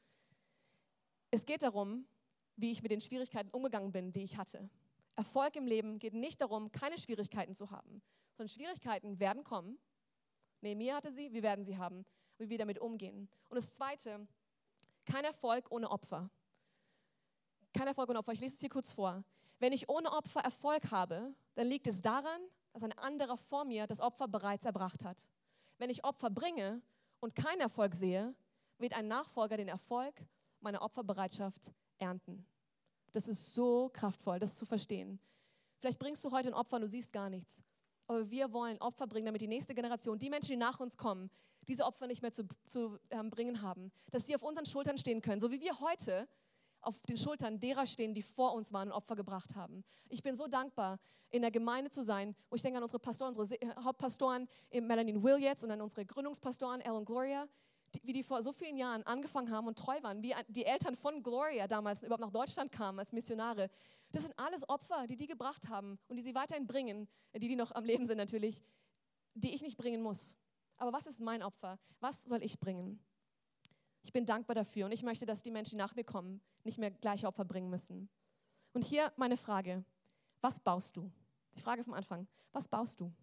Es geht darum, wie ich mit den Schwierigkeiten umgegangen bin, die ich hatte. Erfolg im Leben geht nicht darum, keine Schwierigkeiten zu haben, sondern Schwierigkeiten werden kommen. Nehemia hatte sie, wir werden sie haben, wie wir damit umgehen. Und das zweite, kein Erfolg ohne Opfer. Kein Erfolg ohne Opfer. Ich lese es hier kurz vor. Wenn ich ohne Opfer Erfolg habe, dann liegt es daran, dass ein anderer vor mir das Opfer bereits erbracht hat. Wenn ich Opfer bringe und keinen Erfolg sehe, wird ein Nachfolger den Erfolg meiner Opferbereitschaft ernten. Das ist so kraftvoll, das zu verstehen. Vielleicht bringst du heute ein Opfer und du siehst gar nichts. Aber wir wollen Opfer bringen, damit die nächste Generation, die Menschen, die nach uns kommen, diese Opfer nicht mehr zu bringen haben. Dass sie auf unseren Schultern stehen können, so wie wir heute auf den Schultern derer stehen, die vor uns waren und Opfer gebracht haben. Ich bin so dankbar, in der Gemeinde zu sein, wo ich denke an unsere Pastoren, unsere Hauptpastoren, Melanie Will jetzt und an unsere Gründungspastoren, Al und Gloria, wie die vor so vielen Jahren angefangen haben und treu waren, wie die Eltern von Gloria damals überhaupt nach Deutschland kamen als Missionare. Das sind alles Opfer, die gebracht haben und die sie weiterhin bringen, die noch am Leben sind natürlich, die ich nicht bringen muss. Aber was ist mein Opfer? Was soll ich bringen? Ich bin dankbar dafür und ich möchte, dass die Menschen, die nach mir kommen, nicht mehr gleiche Opfer bringen müssen. Und hier meine Frage, was baust du? Die Frage vom Anfang, was baust du?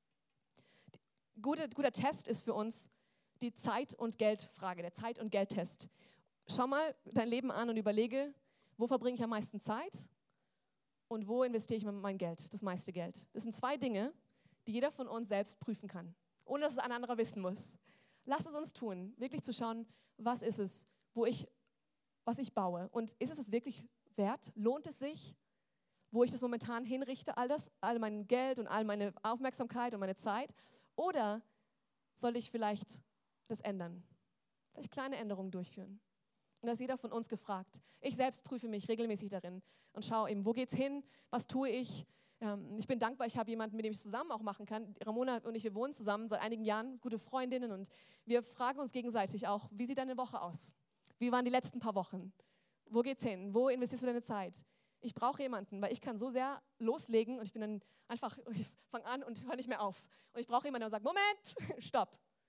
Guter Test ist für uns die Zeit- und Geldfrage, der Zeit- und Geldtest. Schau mal dein Leben an und überlege, wo verbringe ich am meisten Zeit und wo investiere ich mein Geld, das meiste Geld. Das sind zwei Dinge, die jeder von uns selbst prüfen kann, ohne dass es ein anderer wissen muss. Lass es uns tun, wirklich zu schauen, was ist es, was ich baue und ist es es wirklich wert? Lohnt es sich, wo ich das momentan hinrichte, all mein Geld und all meine Aufmerksamkeit und meine Zeit? Oder soll ich vielleicht das ändern? Vielleicht kleine Änderungen durchführen? Und da ist jeder von uns gefragt. Ich selbst prüfe mich regelmäßig darin und schaue eben, wo geht's hin, was tue ich? Ich bin dankbar, ich habe jemanden, mit dem ich zusammen auch machen kann. Ramona und ich, wir wohnen zusammen seit einigen Jahren, gute Freundinnen und wir fragen uns gegenseitig auch, wie sieht deine Woche aus? Wie waren die letzten paar Wochen? Wo geht's hin? Wo investierst du deine Zeit? Ich brauche jemanden, weil ich kann so sehr loslegen und ich bin dann einfach, ich fange an und höre nicht mehr auf. Und ich brauche jemanden, der sagt, Moment, stopp.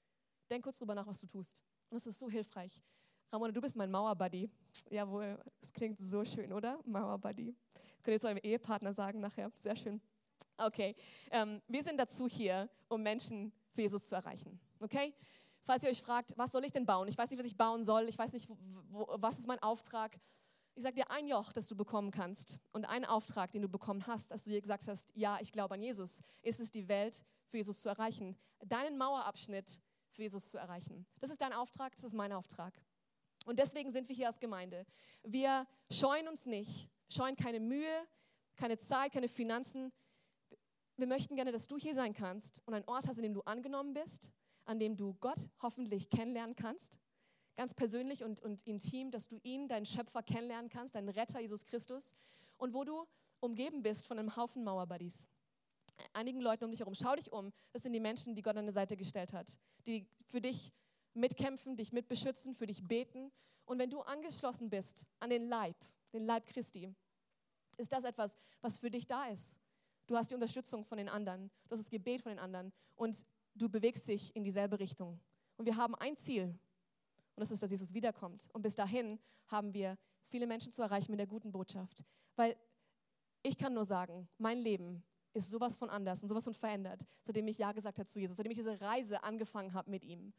denk kurz drüber nach, was du tust. Und das ist so hilfreich. Ramona, du bist mein Mauerbuddy. Jawohl, das klingt so schön, oder? Mauerbuddy. Könnt ihr zu eurem Ehepartner sagen nachher. Sehr schön. Okay, wir sind dazu hier, um Menschen für Jesus zu erreichen. Okay? Falls ihr euch fragt, was soll ich denn bauen? Ich weiß nicht, was ich bauen soll. Ich weiß nicht, was ist mein Auftrag. Ich sage dir, ein Joch, das du bekommen kannst und einen Auftrag, den du bekommen hast, dass du dir gesagt hast, ja, ich glaube an Jesus, ist es, die Welt für Jesus zu erreichen. Deinen Mauerabschnitt für Jesus zu erreichen. Das ist dein Auftrag, das ist mein Auftrag. Und deswegen sind wir hier als Gemeinde. Wir scheuen uns nicht, scheuen keine Mühe, keine Zeit, keine Finanzen. Wir möchten gerne, dass du hier sein kannst und einen Ort hast, in dem du angenommen bist, an dem du Gott hoffentlich kennenlernen kannst, ganz persönlich und intim, dass du ihn, deinen Schöpfer, kennenlernen kannst, deinen Retter, Jesus Christus, und wo du umgeben bist von einem Haufen Mauerbuddies. Einigen Leuten um dich herum. Schau dich um, das sind die Menschen, die Gott an deine Seite gestellt hat, die für dich mitkämpfen, dich mitbeschützen, für dich beten. Und wenn du angeschlossen bist an den Leib Christi, ist das etwas, was für dich da ist. Du hast die Unterstützung von den anderen, du hast das Gebet von den anderen und du bewegst dich in dieselbe Richtung. Und wir haben ein Ziel und das ist, dass Jesus wiederkommt. Und bis dahin haben wir viele Menschen zu erreichen mit der guten Botschaft. Weil ich kann nur sagen, mein Leben ist sowas von anders und sowas von verändert, seitdem ich Ja gesagt habe zu Jesus, seitdem ich diese Reise angefangen habe mit ihm.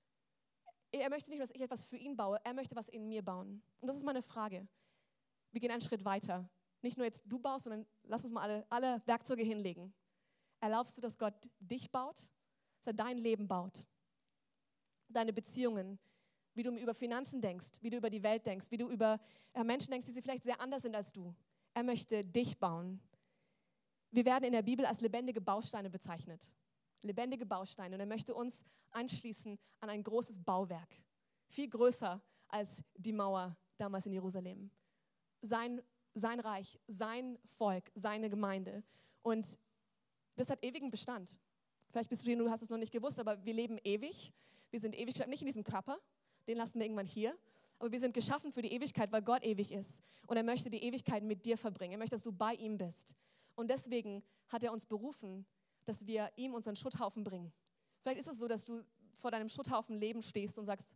Er möchte nicht, dass ich etwas für ihn baue, er möchte was in mir bauen. Und das ist meine Frage. Wir gehen einen Schritt weiter. Nicht nur jetzt du baust, sondern lass uns mal alle Werkzeuge hinlegen. Erlaubst du, dass Gott dich baut, dass er dein Leben baut? Deine Beziehungen, wie du über Finanzen denkst, wie du über die Welt denkst, wie du über Menschen denkst, die sie vielleicht sehr anders sind als du. Er möchte dich bauen. Wir werden in der Bibel als lebendige Bausteine bezeichnet. Lebendige Bausteine. Und er möchte uns anschließen an ein großes Bauwerk. Viel größer als die Mauer damals in Jerusalem. Sein Reich, sein Volk, seine Gemeinde. Und das hat ewigen Bestand. Vielleicht bist du hier, du hast es noch nicht gewusst, aber wir leben ewig. Wir sind ewig, nicht in diesem Körper, den lassen wir irgendwann hier. Aber wir sind geschaffen für die Ewigkeit, weil Gott ewig ist. Und er möchte die Ewigkeit mit dir verbringen. Er möchte, dass du bei ihm bist. Und deswegen hat er uns berufen, dass wir ihm unseren Schutthaufen bringen. Vielleicht ist es so, dass du vor deinem Schutthaufen Leben stehst und sagst,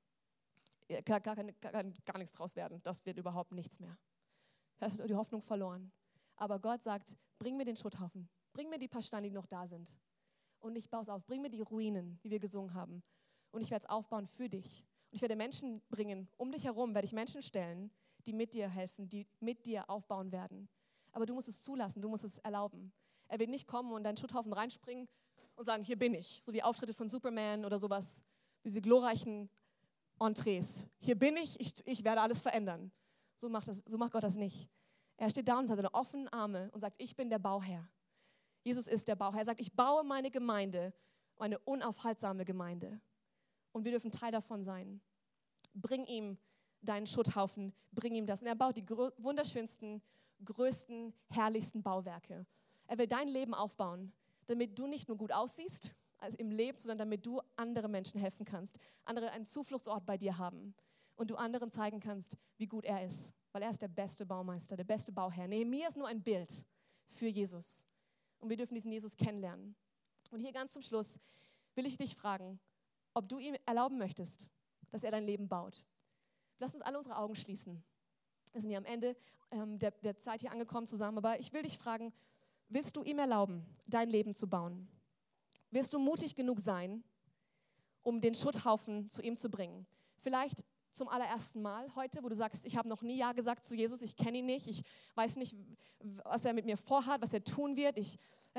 gar nichts draus werden, das wird überhaupt nichts mehr. Du hast die Hoffnung verloren. Aber Gott sagt, bring mir den Schutthaufen, bring mir die paar Steine, die noch da sind. Und ich baue es auf, bring mir die Ruinen, wie wir gesungen haben. Und ich werde es aufbauen für dich. Und ich werde Menschen bringen, um dich herum werde ich Menschen stellen, die mit dir helfen, die mit dir aufbauen werden. Aber du musst es zulassen, du musst es erlauben. Er wird nicht kommen und deinen Schutthaufen reinspringen und sagen, hier bin ich. So wie Auftritte von Superman oder sowas, diese glorreichen Entrees. Hier bin ich werde alles verändern. So macht Gott das nicht. Er steht da und hat seine offenen Arme und sagt, ich bin der Bauherr. Jesus ist der Bauherr. Er sagt, ich baue meine Gemeinde, meine unaufhaltsame Gemeinde. Und wir dürfen Teil davon sein. Bring ihm deinen Schutthaufen, bring ihm das. Und er baut die wunderschönsten, größten, herrlichsten Bauwerke. Er will dein Leben aufbauen, damit du nicht nur gut aussiehst also im Leben, sondern damit du anderen Menschen helfen kannst, andere einen Zufluchtsort bei dir haben und du anderen zeigen kannst, wie gut er ist, weil er ist der beste Baumeister, der beste Bauherr. Nehemia ist nur ein Bild für Jesus und wir dürfen diesen Jesus kennenlernen. Und hier ganz zum Schluss will ich dich fragen, ob du ihm erlauben möchtest, dass er dein Leben baut. Lass uns alle unsere Augen schließen. Wir sind hier am Ende der Zeit hier angekommen zusammen, aber ich will dich fragen, willst du ihm erlauben, dein Leben zu bauen? Wirst du mutig genug sein, um den Schutthaufen zu ihm zu bringen? Vielleicht zum allerersten Mal heute, wo du sagst, ich habe noch nie Ja gesagt zu Jesus, ich kenne ihn nicht, ich weiß nicht, was er mit mir vorhat, was er tun wird, ich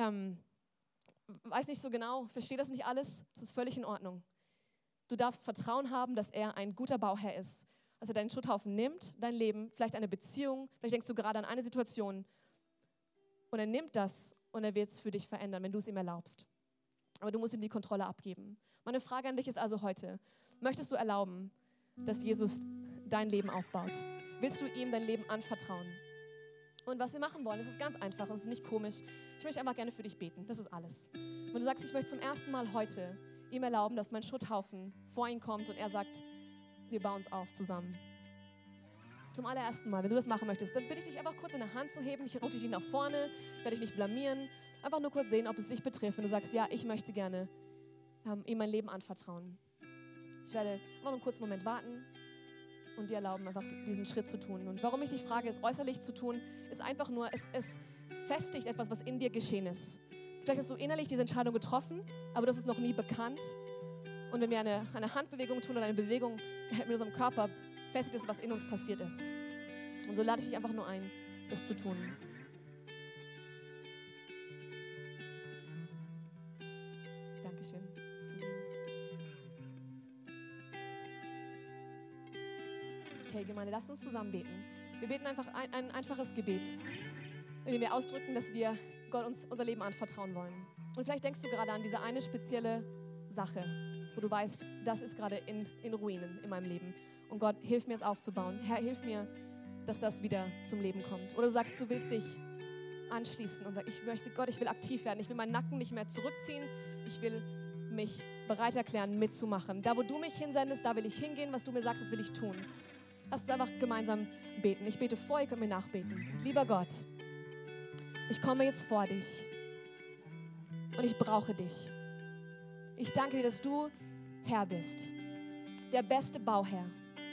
weiß nicht so genau, verstehe das nicht alles, das ist völlig in Ordnung. Du darfst Vertrauen haben, dass er ein guter Bauherr ist, dass er deinen Schutthaufen nimmt, dein Leben, vielleicht eine Beziehung, vielleicht denkst du gerade an eine Situation und er nimmt das und er wird es für dich verändern, wenn du es ihm erlaubst. Aber du musst ihm die Kontrolle abgeben. Meine Frage an dich ist also heute, möchtest du erlauben, dass Jesus dein Leben aufbaut? Willst du ihm dein Leben anvertrauen? Und was wir machen wollen, das ist ganz einfach, es ist nicht komisch. Ich möchte einfach gerne für dich beten, das ist alles. Wenn du sagst, ich möchte zum ersten Mal heute ihm erlauben, dass mein Schutthaufen vor ihn kommt und er sagt, wir bauen es auf zusammen. Zum allerersten Mal, wenn du das machen möchtest, dann bitte ich dich einfach kurz in der Hand zu heben. Ich rufe dich nach vorne, werde dich nicht blamieren. Einfach nur kurz sehen, ob es dich betrifft. Wenn du sagst, ja, ich möchte gerne ihm mein Leben anvertrauen. Ich werde einfach nur einen kurzen Moment warten und dir erlauben, einfach diesen Schritt zu tun. Und warum ich dich frage, es äußerlich zu tun, ist einfach nur, es festigt etwas, was in dir geschehen ist. Vielleicht hast du innerlich diese Entscheidung getroffen, aber das ist noch nie bekannt. Und wenn wir eine Handbewegung tun oder eine Bewegung mit unserem Körper, festigt es, was in uns passiert ist. Und so lade ich dich einfach nur ein, das zu tun. Dankeschön. Okay, Gemeinde, lasst uns zusammen beten. Wir beten einfach ein einfaches Gebet, in dem wir ausdrücken, dass wir Gott unser Leben anvertrauen wollen. Und vielleicht denkst du gerade an diese eine spezielle Sache, wo du weißt, das ist gerade in Ruinen in meinem Leben. Und Gott, hilf mir es aufzubauen. Herr, hilf mir, dass das wieder zum Leben kommt. Oder du sagst, du willst dich anschließen und sagst, ich will aktiv werden. Ich will meinen Nacken nicht mehr zurückziehen. Ich will mich bereit erklären, mitzumachen. Da, wo du mich hinsendest, da will ich hingehen. Was du mir sagst, das will ich tun. Lass uns einfach gemeinsam beten. Ich bete vor, ihr könnt mir nachbeten. Lieber Gott, ich komme jetzt vor dich und ich brauche dich. Ich danke dir, dass du Herr bist, der beste Bauherr.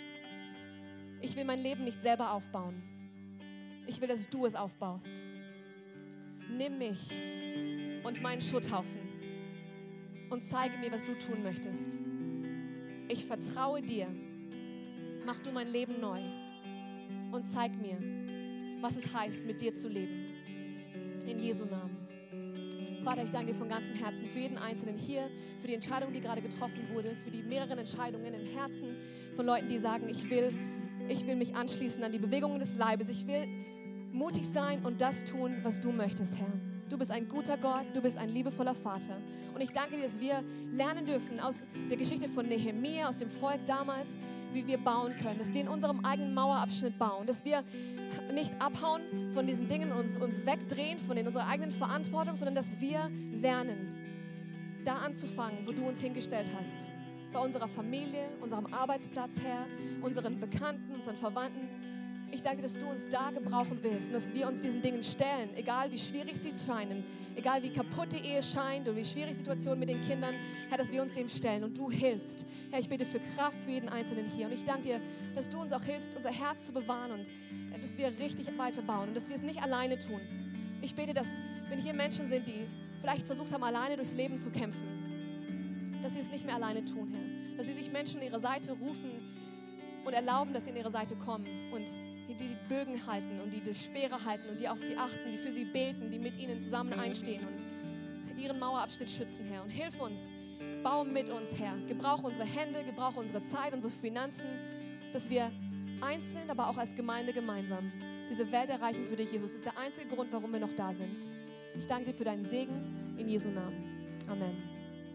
Ich will mein Leben nicht selber aufbauen. Ich will, dass du es aufbaust. Nimm mich und meinen Schutthaufen und zeige mir, was du tun möchtest. Ich vertraue dir. Mach du mein Leben neu und zeig mir, was es heißt, mit dir zu leben. In Jesu Namen. Vater, ich danke dir von ganzem Herzen für jeden Einzelnen hier, für die Entscheidung, die gerade getroffen wurde, für die mehreren Entscheidungen im Herzen von Leuten, die sagen, ich will mich anschließen an die Bewegungen des Leibes. Ich will mutig sein und das tun, was du möchtest, Herr. Du bist ein guter Gott, du bist ein liebevoller Vater. Und ich danke dir, dass wir lernen dürfen aus der Geschichte von Nehemia, aus dem Volk damals, wie wir bauen können. Dass wir in unserem eigenen Mauerabschnitt bauen. Dass wir nicht abhauen von diesen Dingen, uns wegdrehen von unserer eigenen Verantwortung, sondern dass wir lernen, da anzufangen, wo du uns hingestellt hast. Bei unserer Familie, unserem Arbeitsplatz, Herr, unseren Bekannten, unseren Verwandten. Ich danke, dass du uns da gebrauchen willst und dass wir uns diesen Dingen stellen, egal wie schwierig sie scheinen, egal wie kaputt die Ehe scheint oder wie schwierig die Situation mit den Kindern, Herr, dass wir uns dem stellen und du hilfst. Herr, ich bete für Kraft für jeden Einzelnen hier und ich danke dir, dass du uns auch hilfst, unser Herz zu bewahren und dass wir richtig weiterbauen und dass wir es nicht alleine tun. Ich bete, dass, wenn hier Menschen sind, die vielleicht versucht haben, alleine durchs Leben zu kämpfen, dass sie es nicht mehr alleine tun, Herr. Dass sie sich Menschen an ihre Seite rufen und erlauben, dass sie an ihre Seite kommen und die Bögen halten und die das Speere halten und die auf sie achten, die für sie beten, die mit ihnen zusammen einstehen und ihren Mauerabschnitt schützen, Herr. Und hilf uns, bau mit uns, Herr. Gebrauche unsere Hände, gebrauche unsere Zeit, unsere Finanzen, dass wir einzeln, aber auch als Gemeinde gemeinsam diese Welt erreichen für dich, Jesus. Das ist der einzige Grund, warum wir noch da sind. Ich danke dir für deinen Segen in Jesu Namen. Amen.